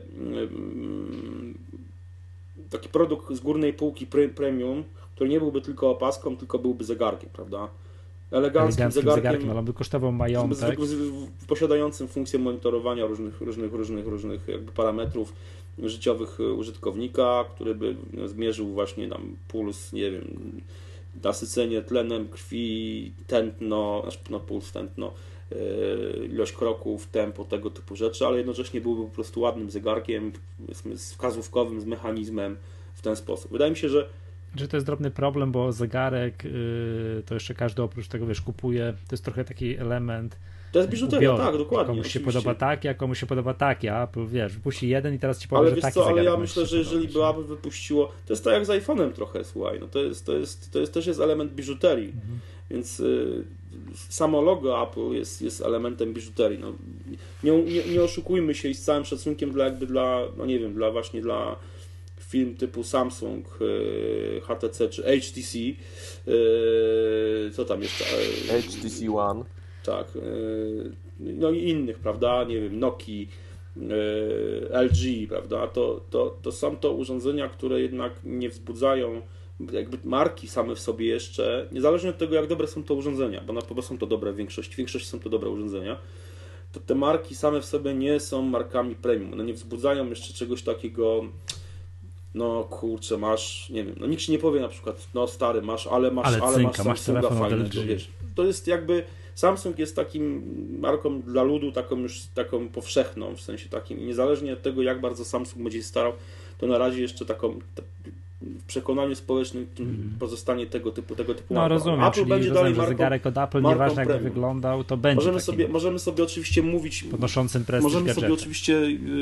taki produkt z górnej półki premium, który nie byłby tylko opaską, tylko byłby zegarkiem, prawda? Eleganckim, Eleganckim zegarkiem, zegarkiem, ale on by kosztował majątek. Z, z, z, posiadającym funkcję monitorowania różnych, różnych, różnych, różnych jakby parametrów życiowych użytkownika, który by zmierzył właśnie nam puls, nie wiem, nasycenie tlenem krwi, tętno, znaczy no puls, tętno, ilość kroków, tempo, tego typu rzeczy, ale jednocześnie byłby po prostu ładnym zegarkiem, wskazówkowym, z mechanizmem w ten sposób. Wydaje mi się, że Że to jest drobny problem, bo zegarek yy, to jeszcze każdy oprócz tego, wiesz, kupuje, to jest trochę taki element to jest biżuteria, tak, dokładnie. Komuś oczywiście. się podoba taki, a komuś się podoba taki, a wiesz, wypuści jeden i teraz ci powie, ale że wiesz taki co, zegarek ale ja myślę, że jeżeli podobać, by Apple wypuściło, to jest tak jak z iPhone'em trochę, słuchaj, no to jest, to jest, to jest też jest element biżuterii, mhm. więc y, samo logo Apple jest, jest elementem biżuterii, no, nie, nie, nie oszukujmy się i z całym szacunkiem dla jakby dla, no nie wiem, dla właśnie dla firm typu Samsung, y, H T C czy H T C, y, co tam jeszcze? H T C One. Tak, no i innych, prawda, nie wiem, Nokii, L G, prawda, to, to, to są to urządzenia, które jednak nie wzbudzają jakby marki same w sobie jeszcze, niezależnie od tego, jak dobre są to urządzenia, bo na pewno są to dobre, w większości, w większości są to dobre urządzenia, to te marki same w sobie nie są markami premium, one nie wzbudzają jeszcze czegoś takiego, no kurczę, masz, nie wiem, no nikt ci nie powie na przykład, no stary, masz, ale masz, ale, ale cynka, masz Samsunga fajnego, wiesz, to jest jakby, Samsung jest takim marką dla ludu, taką już taką powszechną, w sensie takim i niezależnie od tego, jak bardzo Samsung będzie się starał, to na razie jeszcze taką w przekonaniu społecznym mm. pozostanie tego typu tego typu no marką. rozumiem, Apple czyli będzie rozumiem, dalej że marką, zegarek od Apple, nieważne jak by wyglądał, to będzie możemy takim sobie, możemy sobie oczywiście mówić podnoszącym prestiż możemy gadżeta. sobie oczywiście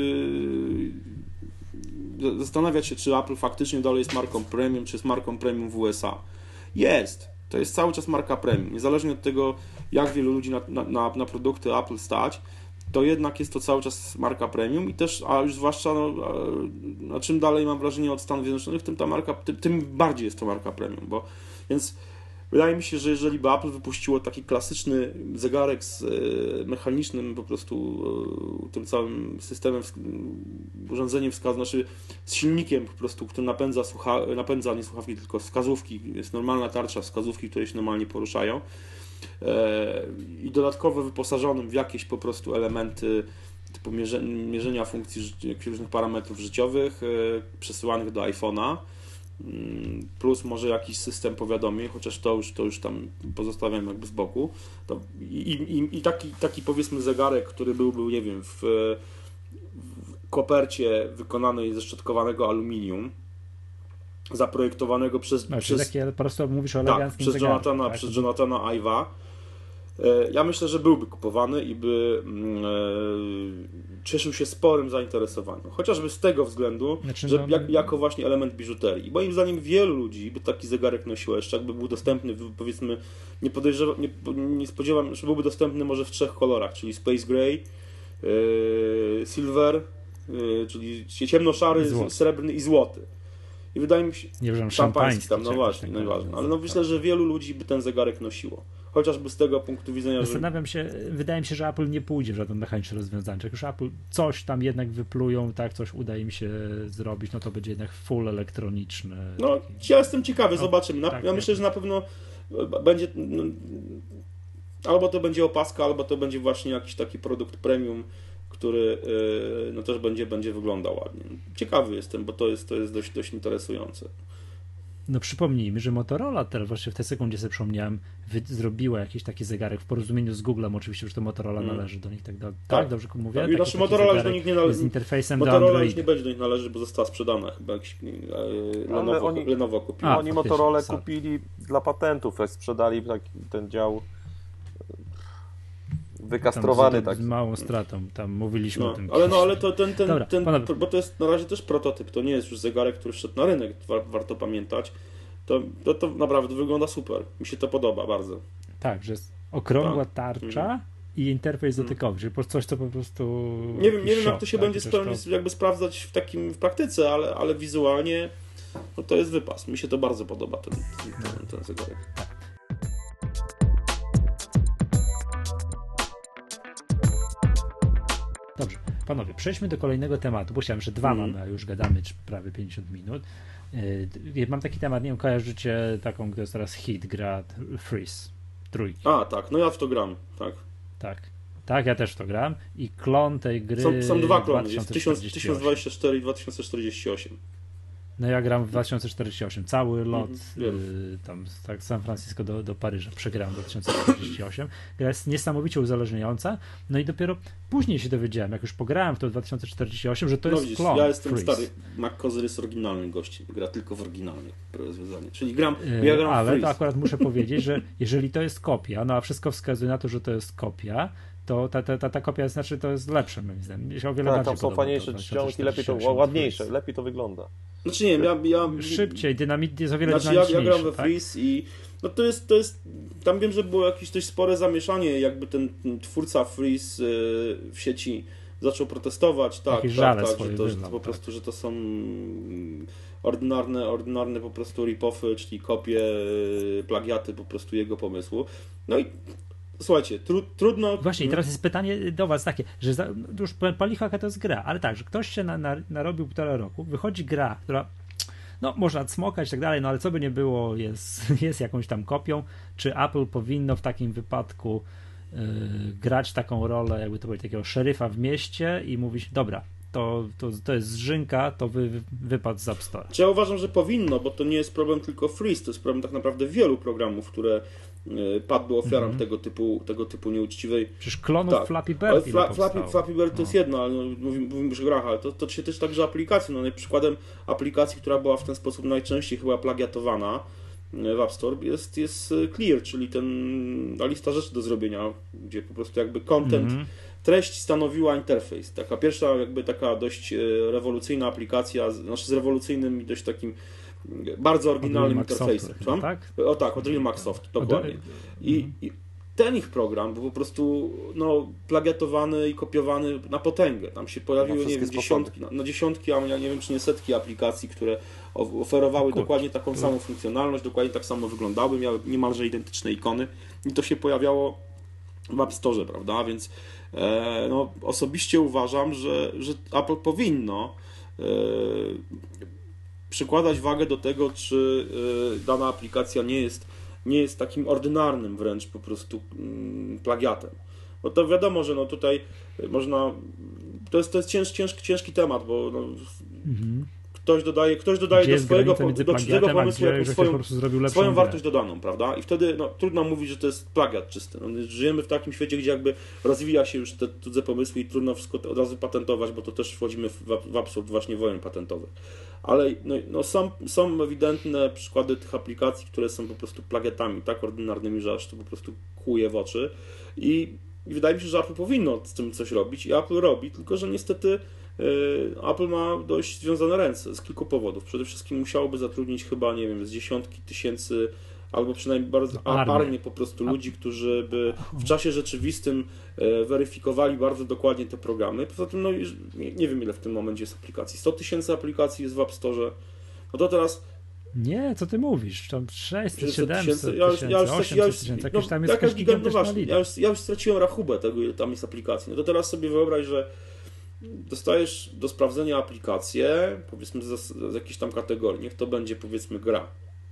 yy, zastanawiać się, czy Apple faktycznie dalej jest marką premium, czy jest marką premium w U S A. Jest. To jest cały czas marka premium. Niezależnie od tego, jak wielu ludzi na, na, na produkty Apple stać, to jednak jest to cały czas marka premium i też, a już zwłaszcza, no, a, a czym dalej mam wrażenie od Stanów Zjednoczonych, tym ta marka, tym, tym bardziej jest to marka premium, bo więc wydaje mi się, że jeżeli by Apple wypuściło taki klasyczny zegarek z e, mechanicznym po prostu e, tym całym systemem, urządzeniem wskazówki, znaczy z silnikiem po prostu, który napędza, słucha, napędza nie słuchawki, tylko wskazówki, jest normalna tarcza wskazówki, które się normalnie poruszają, i dodatkowo wyposażonym w jakieś po prostu elementy typu mierzenia funkcji różnych parametrów życiowych przesyłanych do iPhone'a, plus może jakiś system powiadomień, chociaż to już, to już tam pozostawiam jakby z boku. To i, i, I taki, taki powiedzmy zegarek, który byłby, nie wiem, w, w kopercie wykonanej ze szczotkowanego aluminium, zaprojektowanego przez... No, przez takie, po prostu mówisz o tak, eleganckim przez zegarku, Jonathana, tak? przez Jonathana Ive'a. Ja myślę, że byłby kupowany i by e, cieszył się sporym zainteresowaniem. Chociażby z tego względu, znaczy, że no, jak, jako właśnie element biżuterii. I moim zdaniem wielu ludzi by taki zegarek nosiło, jeszcze jakby był dostępny, powiedzmy, nie podejrzewam, nie, nie spodziewam, że byłby dostępny może w trzech kolorach, czyli Space Gray, e, Silver, e, czyli ciemnoszary, srebrny i złoty. I wydaje mi się, nie wiem, szampański tam, no właśnie, najważniejsze. Ale no myślę, że wielu ludzi by ten zegarek nosiło. Chociażby z tego punktu widzenia, Zastanawiam się, wydaje mi się, że Apple nie pójdzie w żadne mechaniczne rozwiązanie. Jak już Apple coś tam jednak wyplują, tak, coś uda im się zrobić, no to będzie jednak full elektroniczny. No, taki... ja jestem ciekawy, no, zobaczymy. Na, tak, ja myślę, że na pewno będzie, no, albo to będzie opaska, albo to będzie właśnie jakiś taki produkt premium, który yy, no też będzie, będzie wyglądał ładnie. Ciekawy jestem, bo to jest, to jest dość, dość interesujące. No przypomnijmy, że Motorola teraz właśnie w tej sekundzie sobie przypomniałem, wy, zrobiła jakiś taki zegarek w porozumieniu z Googlem, oczywiście, że to Motorola mm. należy do nich, tak, tak, tak dobrze mówię? Tak, i znaczy Motorola już do nich nie należy. Z interfejsem Motorola do Androida. już nie będzie do nich należy, bo została sprzedana chyba jakiś e, Lenovo, oni, Lenovo kupił. A, oni Motorola kupili dla patentów, jak sprzedali taki, ten dział wykastrowany tak. tak. Z małą stratą, tam mówiliśmy no, o tym. Ale no, ale to ten, ten, Dobra, ten panowie. bo to jest na razie też prototyp, to nie jest już zegarek, który wszedł na rynek, war, warto pamiętać. To, to, to naprawdę wygląda super, mi się to podoba bardzo. Tak, że jest okrągła tak. tarcza mhm. i interfejs dotykowy, czyli po prostu coś, co po prostu... Nie wiem, nie wiem jak to się tak, będzie spełni, to... jakby sprawdzać w takim w praktyce, ale, ale wizualnie no to jest wypas. Mi się to bardzo podoba, ten, ten, ten, ten zegarek. Dobrze, panowie, przejdźmy do kolejnego tematu, bo chciałem, że dwa mm. mamy, a już gadamy prawie pięćdziesiąt minut. Yy, mam taki temat, nie wiem, kojarzycie taką, która jest teraz hit, gra Freeze, trójki. A, tak, no ja w to gram, tak. Tak, tak, ja też w to gram i klon tej gry... Są, są dwa klony, jest tysiąc dwadzieścia cztery i dwa tysiące czterdzieści osiem. No ja gram w dwa tysiące czterdzieści osiem, cały lot mm, y, tam tak, San Francisco do, do Paryża przegrałem dwa tysiące czterdzieści osiem. Gra jest niesamowicie uzależniająca, no i dopiero później się dowiedziałem, jak już pograłem w to dwa tysiące czterdzieści osiem, że to no jest widzisz, klon ja jestem Freeze. stary, McCozer jest oryginalnym gościem, gra tylko w oryginalnym rozwiązaniu, czyli gram, ja gram Ale Freeze. to akurat muszę powiedzieć, że jeżeli to jest kopia, no a wszystko wskazuje na to, że to jest kopia, to ta, ta, ta, ta kopia, znaczy to jest lepsze moim zdaniem. Mi się o wiele tak, bardziej tam są fajniejsze czcionki, lepiej to, ładniejsze, lepiej to wygląda. Znaczy nie wiem, ja, ja... Szybciej, dynamit jest o wiele znaczy, dynamiczniejszy. Ja, ja gram we tak? Freeze i no to jest, to jest, tam wiem, że było jakieś dość spore zamieszanie, jakby ten, ten twórca Freeze yy, w sieci zaczął protestować, tak, tak, tak, że to, że to po prostu, tak. że to są ordynarne, ordynarne po prostu rip-offy, czyli kopie, plagiaty po prostu jego pomysłu. No i słuchajcie, tru, trudno... Właśnie i teraz jest pytanie do was takie, że za, już palicho jaka to jest gra, ale tak, że ktoś się na, na, narobił półtora roku, wychodzi gra, która no można cmokać i tak dalej, no ale co by nie było, jest, jest jakąś tam kopią, czy Apple powinno w takim wypadku yy, grać taką rolę, jakby to powiedzieć, takiego szeryfa w mieście i mówić, dobra, to, to, to jest zżynka, to wy, wy, wypad z App Store. Czy ja uważam, że powinno, bo to nie jest problem tylko Freeze, to jest problem tak naprawdę wielu programów, które padły ofiarą mm-hmm. tego typu tego typu nieuczciwej... Przecież klonów tak. Flappy Bird ale Fla, Flappy, Flappy Bird no. to jest jedno, ale no, mówimy, mówimy już o grach, ale to, to się też także aplikacji. No, przykładem aplikacji, która była w ten sposób najczęściej chyba plagiatowana w App Store jest, jest Clear, czyli ten, ta lista rzeczy do zrobienia, gdzie po prostu jakby content, mm-hmm. treść stanowiła interfejs. Taka pierwsza jakby taka dość rewolucyjna aplikacja, znaczy z rewolucyjnym i dość takim bardzo oryginalnym interfejsem. Chyba, tak? O tak, od Real Max Soft, dokładnie. I, I ten ich program był po prostu no, plagiatowany i kopiowany na potęgę. Tam się pojawiły, nie wiem, dziesiątki, no, dziesiątki, a ja nie wiem, czy nie setki aplikacji, które oferowały Kurcz. dokładnie taką samą funkcjonalność, dokładnie tak samo wyglądały, miały niemalże identyczne ikony i to się pojawiało w App Store, prawda? Więc e, no, osobiście uważam, że, że Apple powinno e, przykładać wagę do tego, czy y, dana aplikacja nie jest, nie jest takim ordynarnym wręcz po prostu mm, plagiatem. Bo to wiadomo, że no tutaj można... To jest, to jest cięż, cięż, ciężki temat, bo no, mm-hmm. ktoś dodaje, ktoś dodaje do swojego do cudzego pomysłu jakąś swoją, swoją wartość dodaną, prawda? I wtedy no, trudno mówić, że to jest plagiat czysty. No, żyjemy w takim świecie, gdzie jakby rozwija się już te cudze pomysły i trudno wszystko od razu patentować, bo to też wchodzimy w, w absurd właśnie wojen patentowych. Ale no, no są, są ewidentne przykłady tych aplikacji, które są po prostu plagiatami tak ordynarnymi, że aż to po prostu kłuje w oczy. I, i wydaje mi się, że Apple powinno z tym coś robić i Apple robi, tylko że niestety Apple ma dość związane ręce z kilku powodów. Przede wszystkim musiałoby zatrudnić chyba, nie wiem, z dziesiątki tysięcy albo przynajmniej bardzo armię, armię po prostu ludzi, którzy by w czasie rzeczywistym weryfikowali bardzo dokładnie te programy. Poza tym, no nie, nie wiem ile w tym momencie jest aplikacji. sto tysięcy aplikacji jest w App Store. No to teraz... Nie, co ty mówisz? Tam sześćset, siedemset tysięcy, ja już, ja już, osiemset ja już, tysięcy, no, jakieś tam jest jakaś gigantyczna no, liczba. Ja już, ja już straciłem rachubę tego, ile tam jest aplikacji. No to teraz sobie wyobraź, że dostajesz do sprawdzenia aplikację, powiedzmy z, z jakiejś tam kategorii, niech to będzie powiedzmy gra.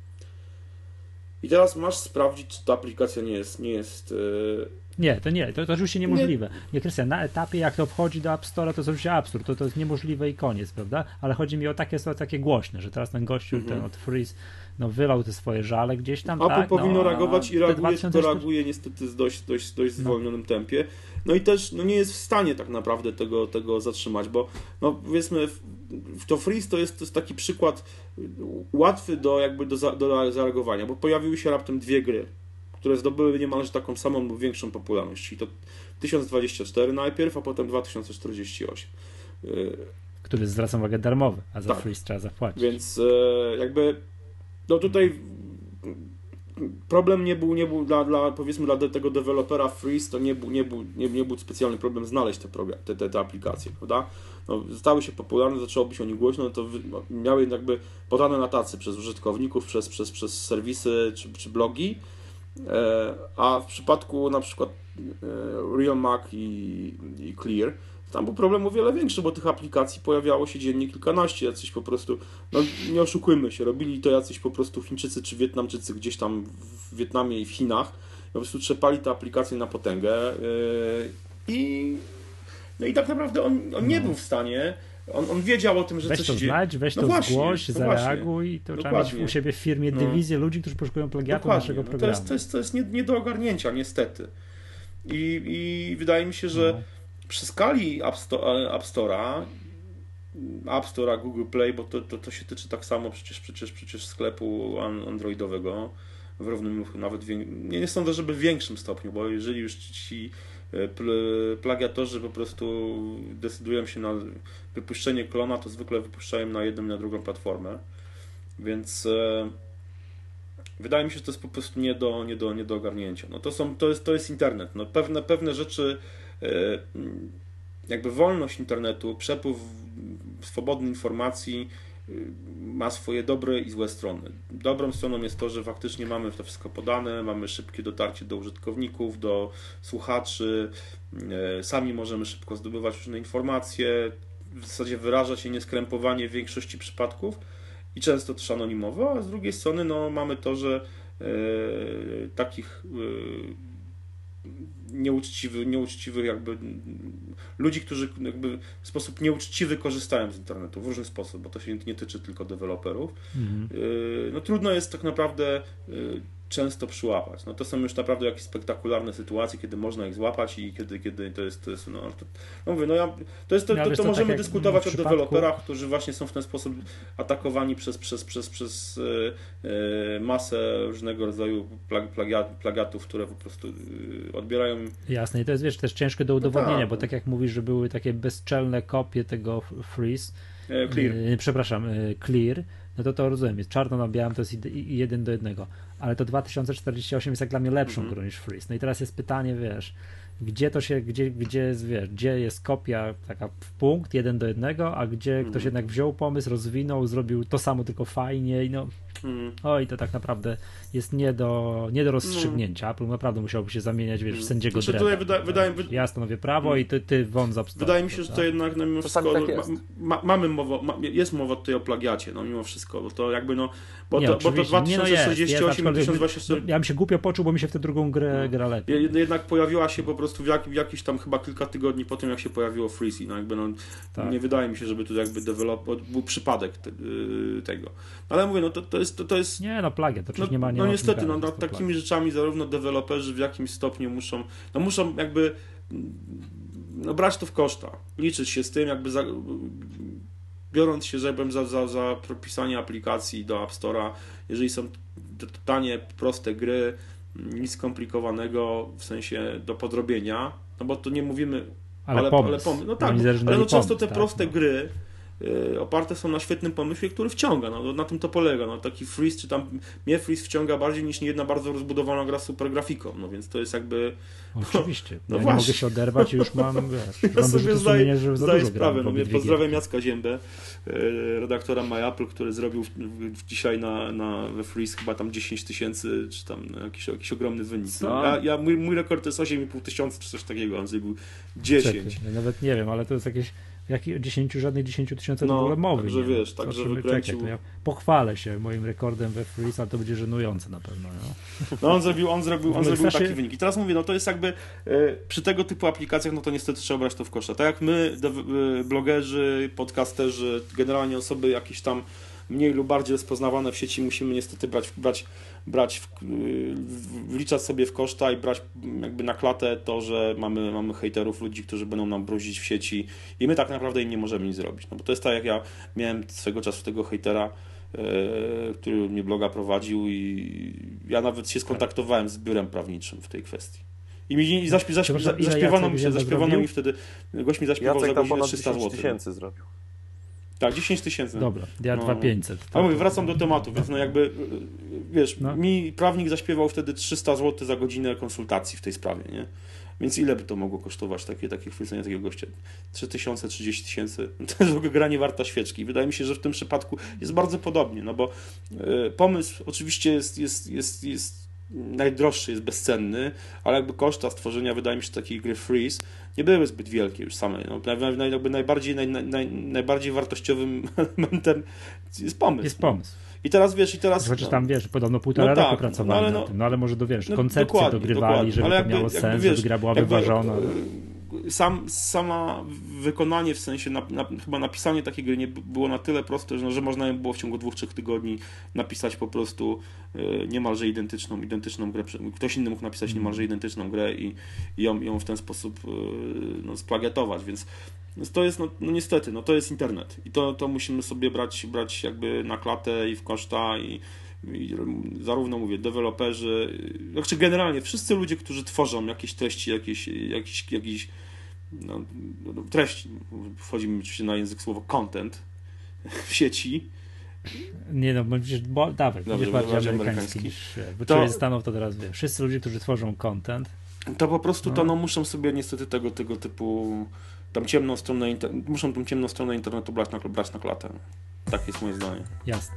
I teraz masz sprawdzić, czy ta aplikacja nie jest... Nie, jest, yy... nie to nie, to, to oczywiście niemożliwe. Nie, nie Krystian, na etapie jak to wchodzi do App Store'a, to jest oczywiście absurd, to, to jest niemożliwe i koniec, prawda? Ale chodzi mi o takie sytuacje takie głośne, że teraz ten gościu, mm-hmm. ten od Freeze, no wylał te swoje żale gdzieś tam. Apple tak, powinno no, reagować i reaguje, dwa tysiące to reaguje niestety z dość, dość, dość zwolnionym no. tempie. No i też no nie jest w stanie tak naprawdę tego, tego zatrzymać, bo no powiedzmy to Freeze to jest, to jest taki przykład łatwy do jakby do, za, do zareagowania, bo pojawiły się raptem dwie gry, które zdobyły niemalże taką samą lub większą popularność, czyli to tysiąc dwadzieścia cztery najpierw, a potem dwa tysiące czterdzieści osiem. Który zwraca uwagę darmowy, a za tak. Freeze trzeba zapłacić. Więc jakby no tutaj problem nie był, nie był dla, dla powiedzmy dla tego dewelopera Freeze, to nie był, nie był, nie, nie był specjalny problem znaleźć te, program, te, te, te aplikacje, prawda? No, stały się popularne, zaczęło być o nich głośno, no to no, miały jakby podane na tacy przez użytkowników, przez, przez, przez serwisy czy, czy blogi, e, a w przypadku na przykład e, Real Mac i, i Clear tam był problem o wiele większy, bo tych aplikacji pojawiało się dziennie kilkanaście, jacyś po prostu, no nie oszukujmy się, robili to jacyś po prostu Chińczycy czy Wietnamczycy gdzieś tam w Wietnamie i w Chinach, po prostu trzepali te aplikacje na potęgę yy, i no i tak naprawdę on, on nie był w stanie, on, on wiedział o tym, że weź coś to się dzieje. Znać, weź no to właśnie, zgłoś, no zareaguj, to dokładnie. trzeba mieć u siebie w firmie dywizję no. ludzi, którzy poszukują plagiatu dokładnie. naszego no programu. To jest, to jest, to jest nie, nie do ogarnięcia, niestety. I, i wydaje mi się, że no. przy skali App, Sto- App Store'a, App Store'a, Google Play, bo to, to, to się tyczy tak samo przecież, przecież, przecież sklepu androidowego w równym, nawet wię- nie sądzę, żeby w większym stopniu, bo jeżeli już ci pl- plagiatorzy po prostu decydują się na wypuszczenie klona, to zwykle wypuszczają na jedną i na drugą platformę, więc e, wydaje mi się, że to jest po prostu nie do, nie do, nie do ogarnięcia. No to, są, to, jest, to jest internet. No pewne, pewne rzeczy, jakby wolność internetu, przepływ swobodnej informacji ma swoje dobre i złe strony. Dobrą stroną jest to, że faktycznie mamy to wszystko podane, mamy szybkie dotarcie do użytkowników, do słuchaczy, sami możemy szybko zdobywać różne informacje, w zasadzie wyraża się nieskrępowanie w większości przypadków i często też anonimowo, a z drugiej strony no, mamy to, że e, takich e, nieuczciwych, nieuczciwych jakby ludzi, którzy jakby w sposób nieuczciwy korzystają z internetu w różny sposób, bo to się nie tyczy tylko deweloperów. Mhm. No trudno jest tak naprawdę często przyłapać. No to są już naprawdę jakieś spektakularne sytuacje, kiedy można ich złapać i kiedy, kiedy to jest, to jest no, to, no mówię, no ja, to jest to, to, to, to możemy tak dyskutować o przypadku... deweloperach, którzy właśnie są w ten sposób atakowani przez, przez, przez, przez yy, masę różnego rodzaju plag, plagiat, plagiatów, które po prostu yy, odbierają. Jasne, i to jest, wiesz, też ciężkie do udowodnienia, no tak, bo tak jak mówisz, że były takie bezczelne kopie tego Freeze, Clear. Yy, przepraszam, yy, Clear, no to to rozumiem, jest czarno na białym, to jest jeden do jednego, ale to dwa tysiące czterdzieści osiem jest jak dla mnie lepszą mm-hmm. grą niż Freeze. No i teraz jest pytanie, wiesz, gdzie to się, gdzie, gdzie jest, wiesz, gdzie jest kopia taka w punkt, jeden do jednego, a gdzie mm-hmm. ktoś jednak wziął pomysł, rozwinął, zrobił to samo, tylko fajnie i no mm. oj, to tak naprawdę jest nie do, nie do rozstrzygnięcia. Mm. Apple naprawdę musiałby się zamieniać, wiesz, w sędziego znaczy, drewna. Wydaje, wydaje, wydaje, ja stanowię prawo mm. i ty, ty won za pstawę. Wydaje mi się, że to jednak no, mimo wszystko tak jest. Ma, ma, mamy mowę, ma, jest mowa tutaj o plagiacie, no mimo wszystko, bo to jakby no, bo, nie, to, bo to dwa tysiące czterdzieści osiem nie, no i tysiąc dwadzieścia cztery... Ja bym się głupio poczuł, bo mi się w tę drugą grę no. gra lepiej. Jednak pojawiła się po prostu w, jak, w jakiś tam chyba kilka tygodni po tym, jak się pojawiło Freezy, no jakby no, tak. nie wydaje mi się, żeby to jakby develop, był przypadek te, yy, tego. Ale mówię, no to, to jest... To, to jest nie, no plagiat, to przecież no, nie ma... Nie no ma niestety, no, nad takimi plagiat. rzeczami zarówno deweloperzy w jakimś stopniu muszą, no muszą jakby no, brać to w koszta, liczyć się z tym, jakby za, biorąc się żebem za, za, za propisanie aplikacji do App Store'a, jeżeli są tanie, proste gry, nic skomplikowanego w sensie do podrobienia, no bo to nie mówimy... Ale, ale pomysł. Ale, pomysł. No tak, ale no często te tak, proste no. gry Yy, oparte są na świetnym pomyśle, który wciąga, no, na tym to polega, no, taki Freeze, czy tam mnie Freeze wciąga bardziej niż niejedna bardzo rozbudowana gra z super grafiką, no więc to jest jakby... Oczywiście, no, ja no nie mogę się oderwać i już mam, wiesz, ja mam sobie zdaję, sumienia, że za zdaję dużo sprawę, no, pozdrawiam gierki. Jacka Ziębę, yy, redaktora MyApple, który zrobił w, w, dzisiaj na, na we Freeze chyba tam dziesięć tysięcy, czy tam no, jakiś, jakiś ogromny wynik. No, ja, ja, mój, mój rekord to jest osiem i pół tysiąca, czy coś takiego, on zrobił dziesięć. Czekaj, ja nawet nie wiem, ale to jest jakieś Jak dziesięciu, żadnych dziesięciu tysięcy no, w ogóle mowy. Także nie wiesz, także wykręcił... Czekaj, ja pochwalę się moim rekordem we Freeze, ale to będzie żenujące na pewno. No, no on zrobił, on zrobił, on zrobił taki wynik. I teraz mówię, no to jest jakby e, przy tego typu aplikacjach, no to niestety trzeba brać to w koszta. Tak jak my, de, e, blogerzy, podcasterzy, generalnie osoby jakieś tam mniej lub bardziej rozpoznawane w sieci, musimy niestety brać, brać, brać w, wliczać sobie w koszta i brać jakby na klatę to, że mamy, mamy hejterów, ludzi, którzy będą nam bruzić w sieci i my tak naprawdę im nie możemy nic zrobić. No bo to jest tak, jak ja miałem swego czasu tego hejtera, yy, który mnie bloga prowadził i ja nawet się skontaktowałem z biurem prawniczym w tej kwestii. I mi i zaśpie, zaśpie, zaśpie, zaśpiewano mi się, zaśpiewano mi wtedy, gość mi zaśpiewał za godzinę trzysta złotych. tysięcy zrobił. Tak, dziesięć tysięcy. Dobra, ja no. dwa tysiące pięćset. A mówię, wracam do tematu, więc no jakby, wiesz, no. mi prawnik zaśpiewał wtedy trzysta złotych za godzinę konsultacji w tej sprawie, nie? Więc ile by to mogło kosztować, takie, takie chwycenie takiego gościa? trzy tysiące, trzydzieści tysięcy, to jest w ogóle gra nie warta świeczki. Wydaje mi się, że w tym przypadku jest bardzo podobnie, no bo y, pomysł oczywiście jest, jest, jest, jest najdroższy, jest bezcenny, ale jakby koszta stworzenia, wydaje mi się, takiej gry Freeze nie były zbyt wielkie już same. No, jakby najbardziej, naj, naj, najbardziej wartościowym elementem jest pomysł. Jest pomysł. I teraz wiesz, i teraz... Chociaż tam wiesz, podobno półtora no roku tak, pracowali no, ale na no, tym, no ale może do wiesz, no, koncepcję dogrywali, żeby jakby, to miało jakby, sens, wiesz, żeby gra była jakby, wyważona. Sam, sama wykonanie, w sensie na, na, chyba napisanie takiej gry nie było na tyle proste, że, że można ją było w ciągu dwóch, trzech tygodni napisać po prostu y, niemalże identyczną, identyczną grę. Ktoś inny mógł napisać niemalże identyczną grę i, i ją, ją w ten sposób y, no, splagiatować, więc to jest, no, no niestety, no to jest internet i to, to musimy sobie brać, brać jakby na klatę i w koszta i I zarówno mówię, deweloperzy, znaczy generalnie wszyscy ludzie, którzy tworzą jakieś treści, jakieś, jakieś, jakieś no, treści, wchodzimy oczywiście na język słowo content w sieci. Nie no, przecież bo, dawaj, będziesz bardziej amerykański, amerykański niż, bo to, człowiek stanął to teraz wie. Wszyscy ludzie, którzy tworzą content. To po prostu no. to no, muszą sobie niestety tego, tego typu tam ciemną stronę, muszą tą ciemną stronę internetu brać na, brać na klatę. Tak jest moje zdanie. Jasne.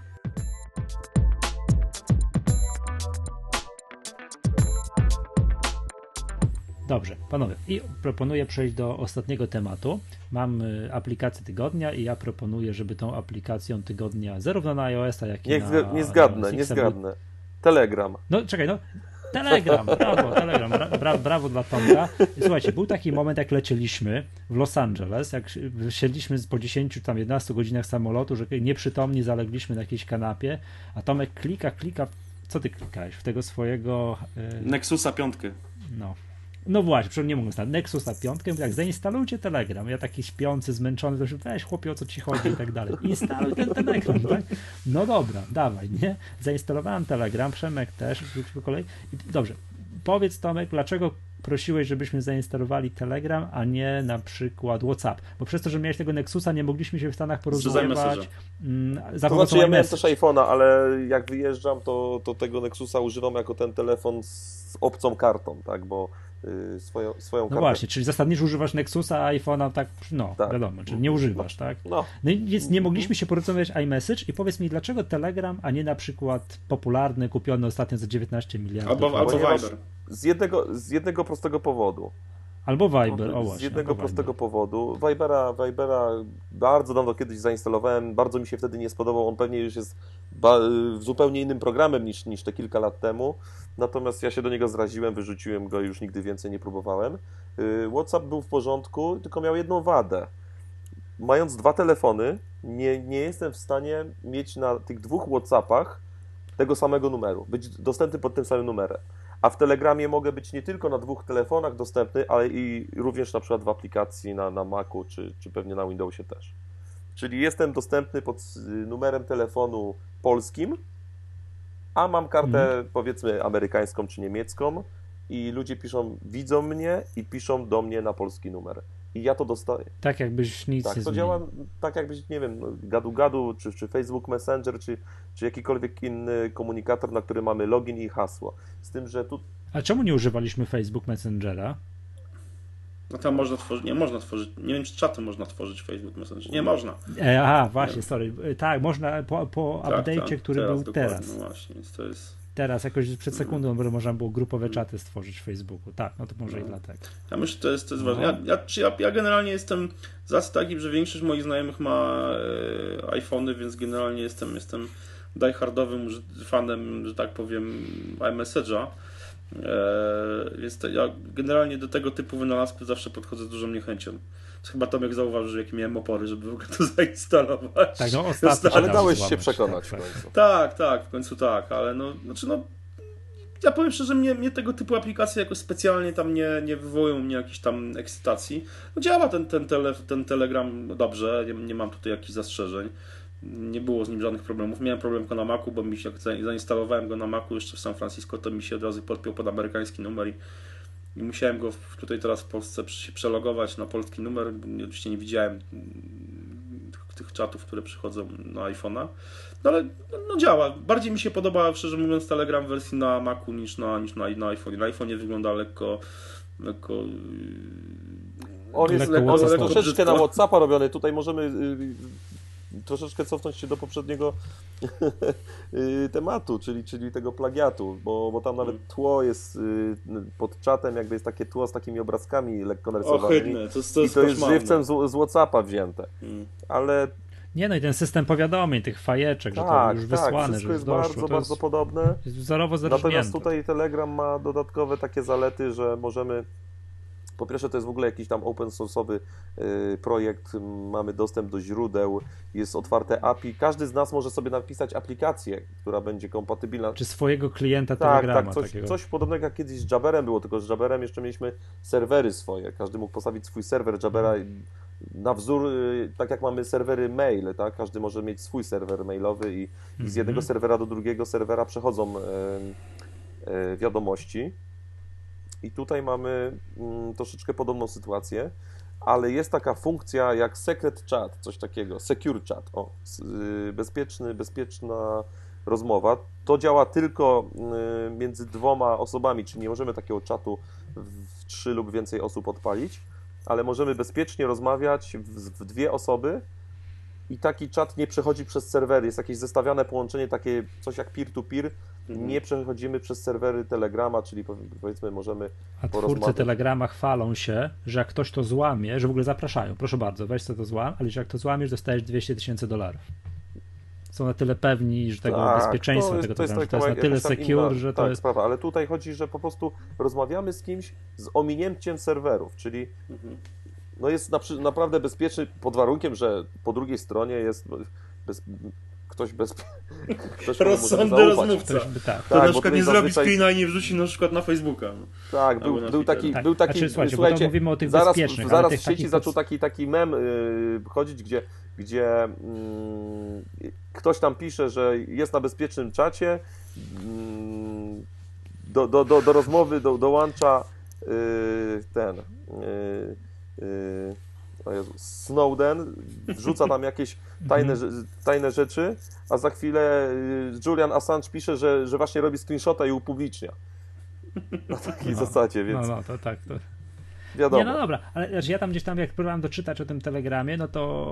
Dobrze, panowie. I proponuję przejść do ostatniego tematu. Mam aplikację tygodnia i ja proponuję, żeby tą aplikacją tygodnia zarówno na iOS-a, jak i nie, na... Nie zgadnę, nie zgadnę. Telegram. No czekaj, no. Telegram, brawo, Telegram, bra, brawo dla Tomka. Słuchajcie, był taki moment, jak lecieliśmy w Los Angeles, jak siedliśmy po dziesięciu, tam jedenastu godzinach samolotu, że nieprzytomni zalegliśmy na jakiejś kanapie, a Tomek klika, klika, co ty klikałeś? W tego swojego... Yy... Nexusa piątkę. No. No właśnie, przecież nie mogłem znać. Nexusa piątkę, tak, zainstalujcie Telegram. Ja taki śpiący, zmęczony, to już weź chłopie, o co ci chodzi i tak dalej. Instaluj ten Telegram, tak? No dobra, dawaj, nie? Zainstalowałem Telegram, Przemek też, po kolei. I dobrze, powiedz Tomek, dlaczego prosiłeś, żebyśmy zainstalowali Telegram, a nie na przykład WhatsApp? Bo przez to, że miałeś tego Nexusa, nie mogliśmy się w Stanach porozumiewać. Mm, za to znaczy, ja miałem też iPhone'a, ale jak wyjeżdżam, to, to tego Nexusa używam jako ten telefon z opcją kartą, tak? Bo Swoją, swoją no kartę. właśnie, czyli zasadniczo używasz Nexusa, a iPhone'a tak, no tak. Wiadomo, czyli nie używasz, tak? No. No i więc nie mogliśmy się porozumieć iMessage i powiedz mi, dlaczego Telegram, a nie na przykład popularny, kupiony ostatnio za dziewiętnaście miliardów? Albo, albo Viber. Z jednego, z jednego prostego powodu. Albo Viber, o właśnie. Z jednego prostego Viber. powodu. Vibera, Vibera bardzo dawno kiedyś zainstalowałem, bardzo mi się wtedy nie spodobał, on pewnie już jest zupełnie innym programem niż, niż te kilka lat temu, natomiast ja się do niego zraziłem, wyrzuciłem go i już nigdy więcej nie próbowałem. WhatsApp był w porządku, tylko miał jedną wadę. Mając dwa telefony, nie, nie jestem w stanie mieć na tych dwóch WhatsAppach tego samego numeru, być dostępny pod tym samym numerem. A w Telegramie mogę być nie tylko na dwóch telefonach dostępny, ale i również na przykład w aplikacji na, na Macu, czy, czy pewnie na Windowsie też. Czyli jestem dostępny pod numerem telefonu polskim, a mam kartę hmm. powiedzmy amerykańską czy niemiecką i ludzie piszą, widzą mnie i piszą do mnie na polski numer. I ja to dostaję. Tak jakbyś nic tak, nie to zmienił. działa tak jakbyś, nie wiem, gadu-gadu, czy, czy Facebook Messenger, czy, czy jakikolwiek inny komunikator, na który mamy login i hasło. Z tym, że tu... A czemu nie używaliśmy Facebook Messengera? No tam można tworzyć, nie można tworzyć, nie wiem czy czaty można tworzyć w Facebook Messenger, nie można. E, aha, właśnie, nie. sorry, tak, można po, po tak, update'cie, tak, który teraz, był teraz. No właśnie, więc to jest... Teraz, jakoś przed sekundą, bo można było grupowe czaty stworzyć w Facebooku, tak, no to może no. i dlatego. Ja myślę, że to jest, to jest no. ważne. Ja, ja, ja, ja generalnie jestem z taki, że większość moich znajomych ma e, iPhony, więc generalnie jestem, jestem diehardowym fanem, że tak powiem, iMessage'a. Eee, więc to, ja generalnie do tego typu wynalazków zawsze podchodzę z dużą niechęcią. Chyba Tomek zauważył, jakie miałem opory, żeby w ogóle to zainstalować. Tak, no ostatnio. Ale dałeś się przekonać tak, w końcu. Tak, tak, w końcu tak, ale no, znaczy no, ja powiem szczerze, mnie, mnie tego typu aplikacje jakoś specjalnie tam nie, nie wywołują mnie jakiejś tam ekscytacji. No, działa ten, ten, tele, ten Telegram dobrze, nie, nie mam tutaj jakichś zastrzeżeń. Nie było z nim żadnych problemów. Miałem problem tylko na Macu, bo mi się, jak zainstalowałem go na Macu jeszcze w San Francisco, to mi się od razu podpiął pod amerykański numer i, i musiałem go w, tutaj teraz w Polsce się przelogować na polski numer. Oczywiście nie widziałem tych, tych czatów, które przychodzą na iPhone'a. No ale no, działa. Bardziej mi się podoba, szczerze mówiąc, Telegram w wersji na Macu niż na, niż na, na iPhone. Na iPhone'ie wygląda lekko lekko on jest, lekko, on jest lekko troszeczkę brzydko. Na WhatsAppa robiony. Tutaj możemy yy, troszeczkę cofnąć się do poprzedniego tematu, czyli, czyli tego plagiatu, bo, bo tam nawet tło jest yy, pod czatem, jakby jest takie tło z takimi obrazkami lekko narysowanymi. Ohydne, to, to jest i to jest żywcem z, z WhatsAppa wzięte. Hmm. Ale nie, no i ten system powiadomień, tych fajeczek, tak, że to już tak, wysłane, wszystko że jest doszło, bardzo, to bardzo jest, podobne. Jest wzorowo zerżnięte. Natomiast tutaj Telegram ma dodatkowe takie zalety, że możemy, po pierwsze to jest w ogóle jakiś tam open source'owy y, projekt, mamy dostęp do źródeł, jest otwarte A P I, każdy z nas może sobie napisać aplikację, która będzie kompatybilna. Czy swojego klienta tak, Telegrama. Tak, coś, takiego. coś podobnego jak kiedyś z Jabberem było, tylko z Jabberem jeszcze mieliśmy serwery swoje, każdy mógł postawić swój serwer Jabbera na wzór, tak jak mamy serwery mail, tak? Każdy może mieć swój serwer mailowy i, mm-hmm. i z jednego serwera do drugiego serwera przechodzą e, e, wiadomości. I tutaj mamy mm, troszeczkę podobną sytuację, ale jest taka funkcja jak secret chat, coś takiego, secure chat, o, y, bezpieczny, bezpieczna rozmowa. To działa tylko y, między dwoma osobami, czyli nie możemy takiego czatu w trzy lub więcej osób odpalić, ale możemy bezpiecznie rozmawiać w, w dwie osoby i taki czat nie przechodzi przez serwery, jest jakieś zestawiane połączenie, takie coś jak peer-to-peer, mhm. nie przechodzimy przez serwery Telegrama, czyli powiedzmy możemy A twórcy Telegrama chwalą się, że jak ktoś to złamie, że w ogóle zapraszają, proszę bardzo, weź co to złam, ale że jak to złamiesz, dostajesz dwieście tysięcy dolarów. Są na tyle pewni, że tego tak, bezpieczeństwa to jest, tego to jest, to jest, to jest na tyle secure, inna, że to tak, jest... sprawa, ale tutaj chodzi, że po prostu rozmawiamy z kimś z ominięciem serwerów, czyli mhm. no jest na, naprawdę bezpieczny pod warunkiem, że po drugiej stronie jest bez, ktoś bez... Ktoś rozsądny rozmówca. Ktoś by, tak. To tak, na przykład nie zrobi zazwyczaj... screena i nie wrzuci na przykład na Facebooka. No. Tak, był, był taki... Tak. Był taki znaczy, słuchajcie, słuchajcie, bo mówimy o tych zaraz, bezpiecznych. Zaraz tych w sieci takich... zaczął taki, taki mem yy, chodzić, gdzie, gdzie mm, ktoś tam pisze, że jest na bezpiecznym czacie, mm, do, do, do, do rozmowy do, dołącza yy, ten... Yy, yy, O Jezu, Snowden wrzuca tam jakieś tajne, tajne rzeczy, a za chwilę Julian Assange pisze, że, że właśnie robi screenshota i upublicznia. Na takiej no, zasadzie, więc... No, no, to tak, to... Wiadomo. Nie, no dobra, ale znaczy ja tam gdzieś tam, jak próbowałem doczytać o tym Telegramie, no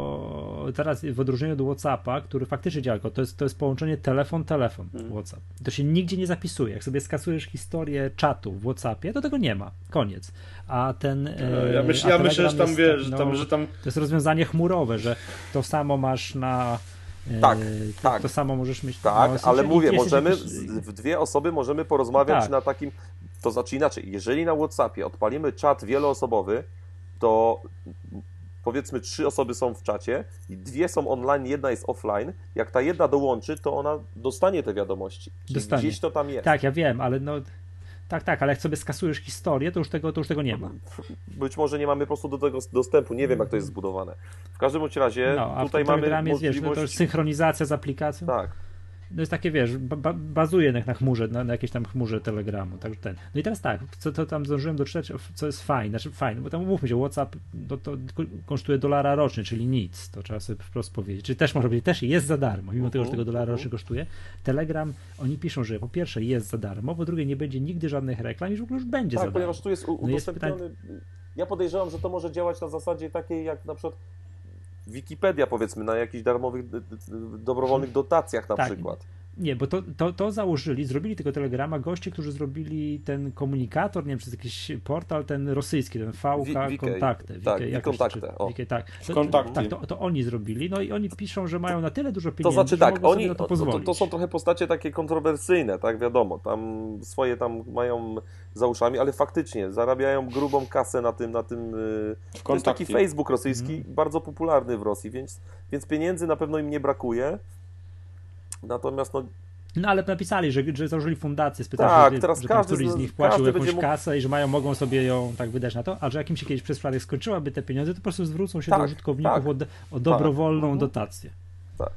to teraz w odróżnieniu do WhatsAppa, który faktycznie działa, to jest, to jest połączenie telefon-telefon, hmm. WhatsApp. To się nigdzie nie zapisuje. Jak sobie skasujesz historię czatu w WhatsAppie, to tego nie ma. Koniec. A ten... No, ja myślę, ja myślę że tam jest, wiesz, no, tam, że tam... To jest rozwiązanie chmurowe, że to samo masz na... Tak, to, tak. To samo możesz mieć... Tak, no, ale mówię, możemy, jakieś... w dwie osoby możemy porozmawiać tak. na takim... To znaczy inaczej, jeżeli na WhatsAppie odpalimy czat wieloosobowy, to powiedzmy trzy osoby są w czacie i dwie są online, jedna jest offline. Jak ta jedna dołączy, to ona dostanie te wiadomości. Dostanie. Gdzieś to tam jest. Tak, ja wiem, ale no... Tak, tak, ale jak sobie skasujesz historię, to już tego, to już tego nie ma. Być może nie mamy po prostu do tego dostępu, nie wiem jak to jest zbudowane. W każdym bądź razie no, a tutaj w mamy jest, możliwość... wiesz, no to jest synchronizacja z aplikacją. Tak. No jest takie, wiesz, ba- bazuje na, na chmurze, na, na jakiejś tam chmurze Telegramu, także ten. No i teraz tak, co to tam zdążyłem doczytać, co jest fajne, znaczy fajne, bo tam umówmy się, WhatsApp to, to kosztuje dolara rocznie, czyli nic, to trzeba sobie wprost powiedzieć, czyli też może być, też jest za darmo, mimo uh-huh, tego, że tego dolara uh-huh. rocznie kosztuje. Telegram, oni piszą, że po pierwsze jest za darmo, po drugie nie będzie nigdy żadnych reklam i w ogóle już będzie tak, za darmo. ponieważ tu jest udostępniony, no jest pytań... ja podejrzewam, że to może działać na zasadzie takiej jak na przykład Wikipedia, powiedzmy, na jakichś darmowych, dobrowolnych dotacjach na tak. przykład. Nie, bo to, to, to założyli, zrobili tego Telegrama goście, którzy zrobili ten komunikator, nie wiem, przez jakiś portal, ten rosyjski, ten V K Kontakty. Tak, Kontakty. Tak, to, kontakty. tak to, to oni zrobili, no i oni piszą, że mają na tyle dużo pieniędzy, to znaczy tak, że mogą oni, sobie na to to, pozwolić. To, to są trochę postacie takie kontrowersyjne, tak, wiadomo, tam swoje tam mają za uszami, ale faktycznie zarabiają grubą kasę na tym, na tym, w to jest taki Facebook rosyjski, hmm. bardzo popularny w Rosji, więc, więc pieniędzy na pewno im nie brakuje. Natomiast no... No ale napisali, że, że założyli fundację specjalnie, tak, że, teraz że każdy któryś z nich płacił jakąś mógł... kasę i że mają, mogą sobie ją tak wydać na to, a że jak im się kiedyś przez przypadek skończyłaby te pieniądze, to po prostu zwrócą się tak, do użytkowników tak, o, o dobrowolną tak. dotację. Tak.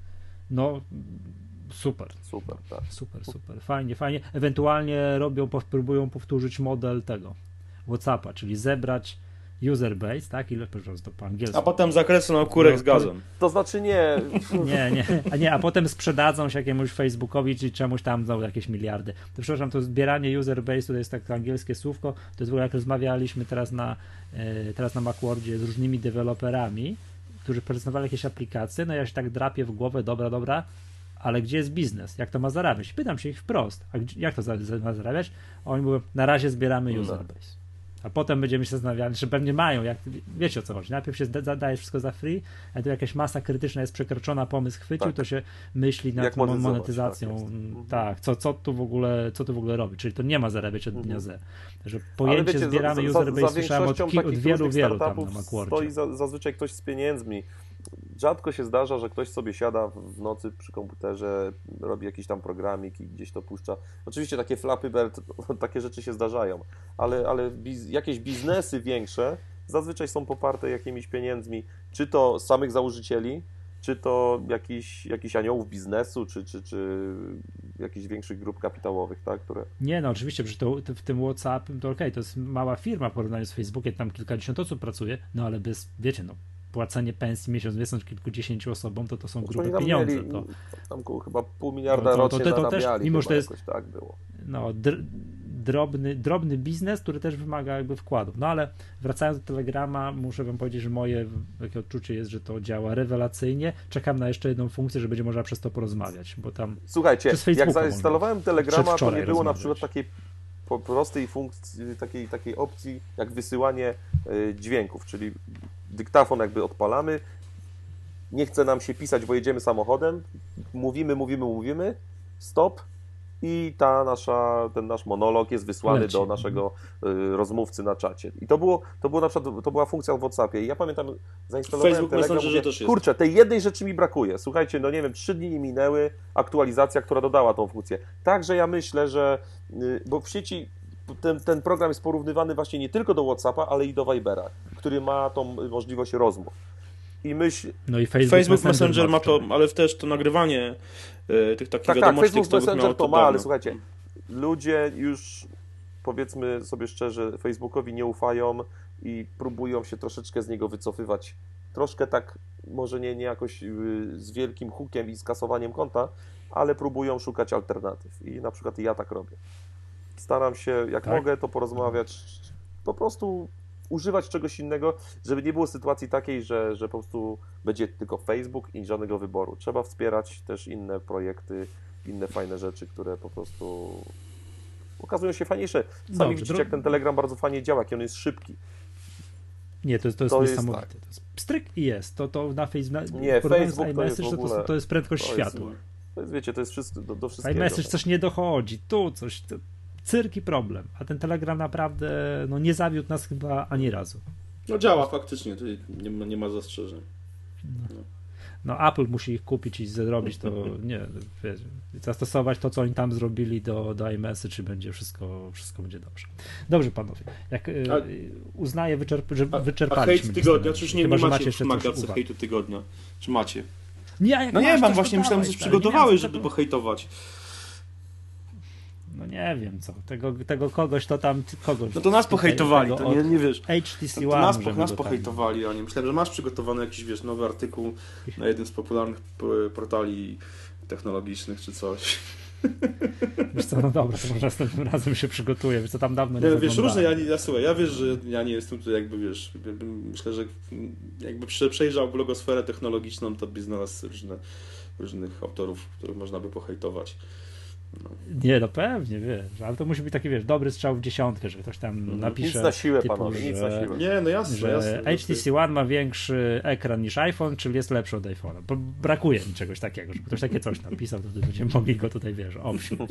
No super. Super, tak. Super, super. Fajnie, fajnie. Ewentualnie robią, próbują powtórzyć model tego WhatsAppa, czyli zebrać user base, tak? Ile, proszę, to po angielsku. A potem zakreślą kurek no, z gazem. To znaczy nie. Nie, nie. A nie, a potem sprzedadzą się jakiemuś Facebookowi, czy czemuś tam za jakieś miliardy. To przepraszam, to zbieranie user base, to jest tak angielskie słówko, to jest w ogóle jak rozmawialiśmy teraz na, teraz na Macworldzie z różnymi deweloperami, którzy prezentowali jakieś aplikacje, no ja się tak drapię w głowę, dobra, dobra, ale gdzie jest biznes? Jak to ma zarabiać? Pytam się ich wprost, a gdzie, jak to ma zarabiać? A oni mówią, na razie zbieramy user base. A potem będziemy się zastanawiali, że pewnie mają, jak, wiecie o co chodzi. Najpierw się dajesz wszystko za free, a tu jakaś masa krytyczna jest przekroczona, pomysł chwycił, tak. to się myśli nad monetyzacją. Tak, tak, co, co tu w ogóle, co tu w ogóle robi. Czyli to nie ma zarabiać od dnia mhm. zero. Że pojęcie wiecie, zbieramy za, user base słyszałem od, od wielu, wielu tam na Macworldzie. Stoi za, zazwyczaj ktoś z pieniędzmi. Rzadko się zdarza, że ktoś sobie siada w nocy przy komputerze, robi jakiś tam programik i gdzieś to puszcza. Oczywiście takie Flappy Bird, takie rzeczy się zdarzają, ale, ale biz, jakieś biznesy większe zazwyczaj są poparte jakimiś pieniędzmi, czy to samych założycieli, czy to jakichś, jakichś aniołów biznesu, czy, czy, czy jakichś większych grup kapitałowych, tak, które... Nie, no oczywiście, że to, to w tym WhatsApp, to okej, okay, to jest mała firma w porównaniu z Facebookiem, tam kilkadziesiąt osób pracuje, no ale bez, wiecie, no płacenie pensji miesiąc miesiąc kilkudziesięciu osobom, to to są grube tam pieniądze. Mieli, to... Tam chyba pół miliarda no, to, rocznie to, to, to zarabiali, też, mimo że to jest, jakoś tak było. No, dr, drobny, drobny biznes, który też wymaga jakby wkładów. No ale wracając do Telegrama, muszę wam powiedzieć, że moje takie odczucie jest, że to działa rewelacyjnie. Czekam na jeszcze jedną funkcję, że będzie można przez to porozmawiać, bo tam Słuchajcie, jak zainstalowałem Telegrama, to nie było rozmawiać. na przykład takiej po prostej funkcji, takiej, takiej opcji jak wysyłanie y, dźwięków, czyli dyktafon jakby odpalamy, nie chce nam się pisać, bo jedziemy samochodem, mówimy, mówimy, mówimy, stop i ta nasza, ten nasz monolog jest wysłany Leci. do naszego y, rozmówcy na czacie. I to było, to było na przykład, to była funkcja w WhatsAppie i ja pamiętam, zainstalowałem Facebook Telegram, Messenger mówię, też jest. kurczę, tej jednej rzeczy mi brakuje. Słuchajcie, no nie wiem, trzy dni nie minęły, aktualizacja, która dodała tą funkcję. Także ja myślę, że, y, bo w sieci ten, ten program jest porównywany właśnie nie tylko do WhatsAppa, ale i do Vibera, który ma tą możliwość rozmów. I myśl... No i Facebook, Facebook Messenger, Messenger ma to, ale też to nagrywanie y, tych takich tak, wiadomości tak, Facebook Messenger to ma, dawno. ale słuchajcie, ludzie już, powiedzmy sobie szczerze, Facebookowi nie ufają i próbują się troszeczkę z niego wycofywać. Troszkę tak, może nie, nie jakoś z wielkim hukiem i skasowaniem konta, ale próbują szukać alternatyw. I na przykład ja tak robię. Staram się, jak tak? mogę, to porozmawiać, po prostu używać czegoś innego, żeby nie było sytuacji takiej, że, że po prostu będzie tylko Facebook i żadnego wyboru. Trzeba wspierać też inne projekty, inne fajne rzeczy, które po prostu okazują się fajniejsze. Sami Dobrze, widzicie, dro... jak ten Telegram bardzo fajnie działa, jak on jest szybki. Nie, to jest, to jest to niesamowite. Jest tak. To jest pstryk i jest. To, to na Facebooku, nie, Facebook to jest, ogóle, to, to jest prędkość to światła. Jest, to jest, wiecie, to jest wszystko, do, do wszystkiego. iMessage coś nie dochodzi, tu coś, to cyrk i problem. A ten Telegram naprawdę no, nie zawiódł nas chyba ani razu. No działa faktycznie, tu nie ma, nie ma zastrzeżeń. No. no Apple musi ich kupić i zrobić to, nie, wiesz, zastosować to, co oni tam zrobili do, do iMessage, czy będzie wszystko, wszystko będzie dobrze. Dobrze, panowie. Jak a, uznaję, wyczerp, że wyczerpaliśmy. A hejt tygodnia, czy już nie, chyba, nie macie w Maggatce hejtu tygodnia? Czy macie? Nie, jak no nie mam, właśnie myślałem, że coś przygotowałeś, żeby pohejtować. No nie wiem co, tego, tego kogoś to tam, kogoś... No to nas pohejtowali, to nie, nie wiesz. H T C One to nas, nas pohejtowali oni. Myślałem, że masz przygotowany jakiś, wiesz, nowy artykuł na jednym z popularnych portali technologicznych czy coś. Wiesz co, no dobra, to może następnym razem się przygotuję, wiesz co, tam dawno nie ja, Wiesz, różne, ja, ja słuchaj, ja wiesz, że ja nie jestem tutaj jakby, wiesz, myślę, że jakby przejrzał blogosferę technologiczną, to by znalazł różne, różnych autorów, których można by pohejtować. No. Nie, no pewnie, wiesz, ale to musi być taki, wiesz, dobry strzał w dziesiątkę, że ktoś tam mm, napisze... Nic na siłę, typu, panowie, nic na siłę. Nie, no jasne, że jasne. H T C One ma większy ekran niż iPhone, czyli jest lepszy od iPhone'a. Bo brakuje mi czegoś takiego, żeby ktoś takie coś napisał, to będziemy mogli go tutaj, wiesz, obsiąść.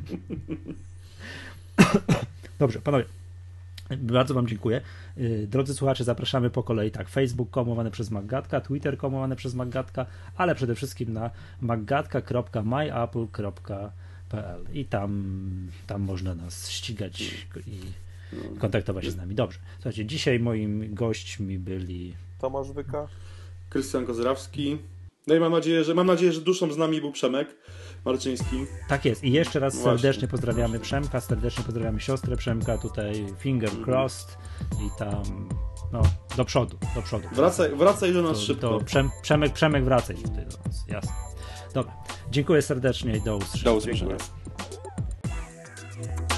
Dobrze, panowie. Bardzo wam dziękuję. Drodzy słuchacze, zapraszamy po kolei tak, Facebook komowany przez Maggatka, Twitter komowany przez Maggatka, ale przede wszystkim na maggatka kropka my apple kropka p l i tam, tam można nas ścigać i kontaktować się z nami. Dobrze. Słuchajcie, dzisiaj moimi gośćmi byli Tomasz Wyka, Krystian Kozrawski. No i mam nadzieję, że mam nadzieję, że duszą z nami był Przemek Marczyński. Tak jest. I jeszcze raz no serdecznie właśnie, pozdrawiamy właśnie. Przemka, serdecznie pozdrawiamy siostrę Przemka, tutaj finger crossed i tam no, do przodu, do przodu. Wracaj, wracaj do nas to, szybko. To Przem, Przemek, Przemek wracaj tutaj do nas, jasne. Dobra, dziękuję serdecznie i do usłyszenia. Do usłyszenia.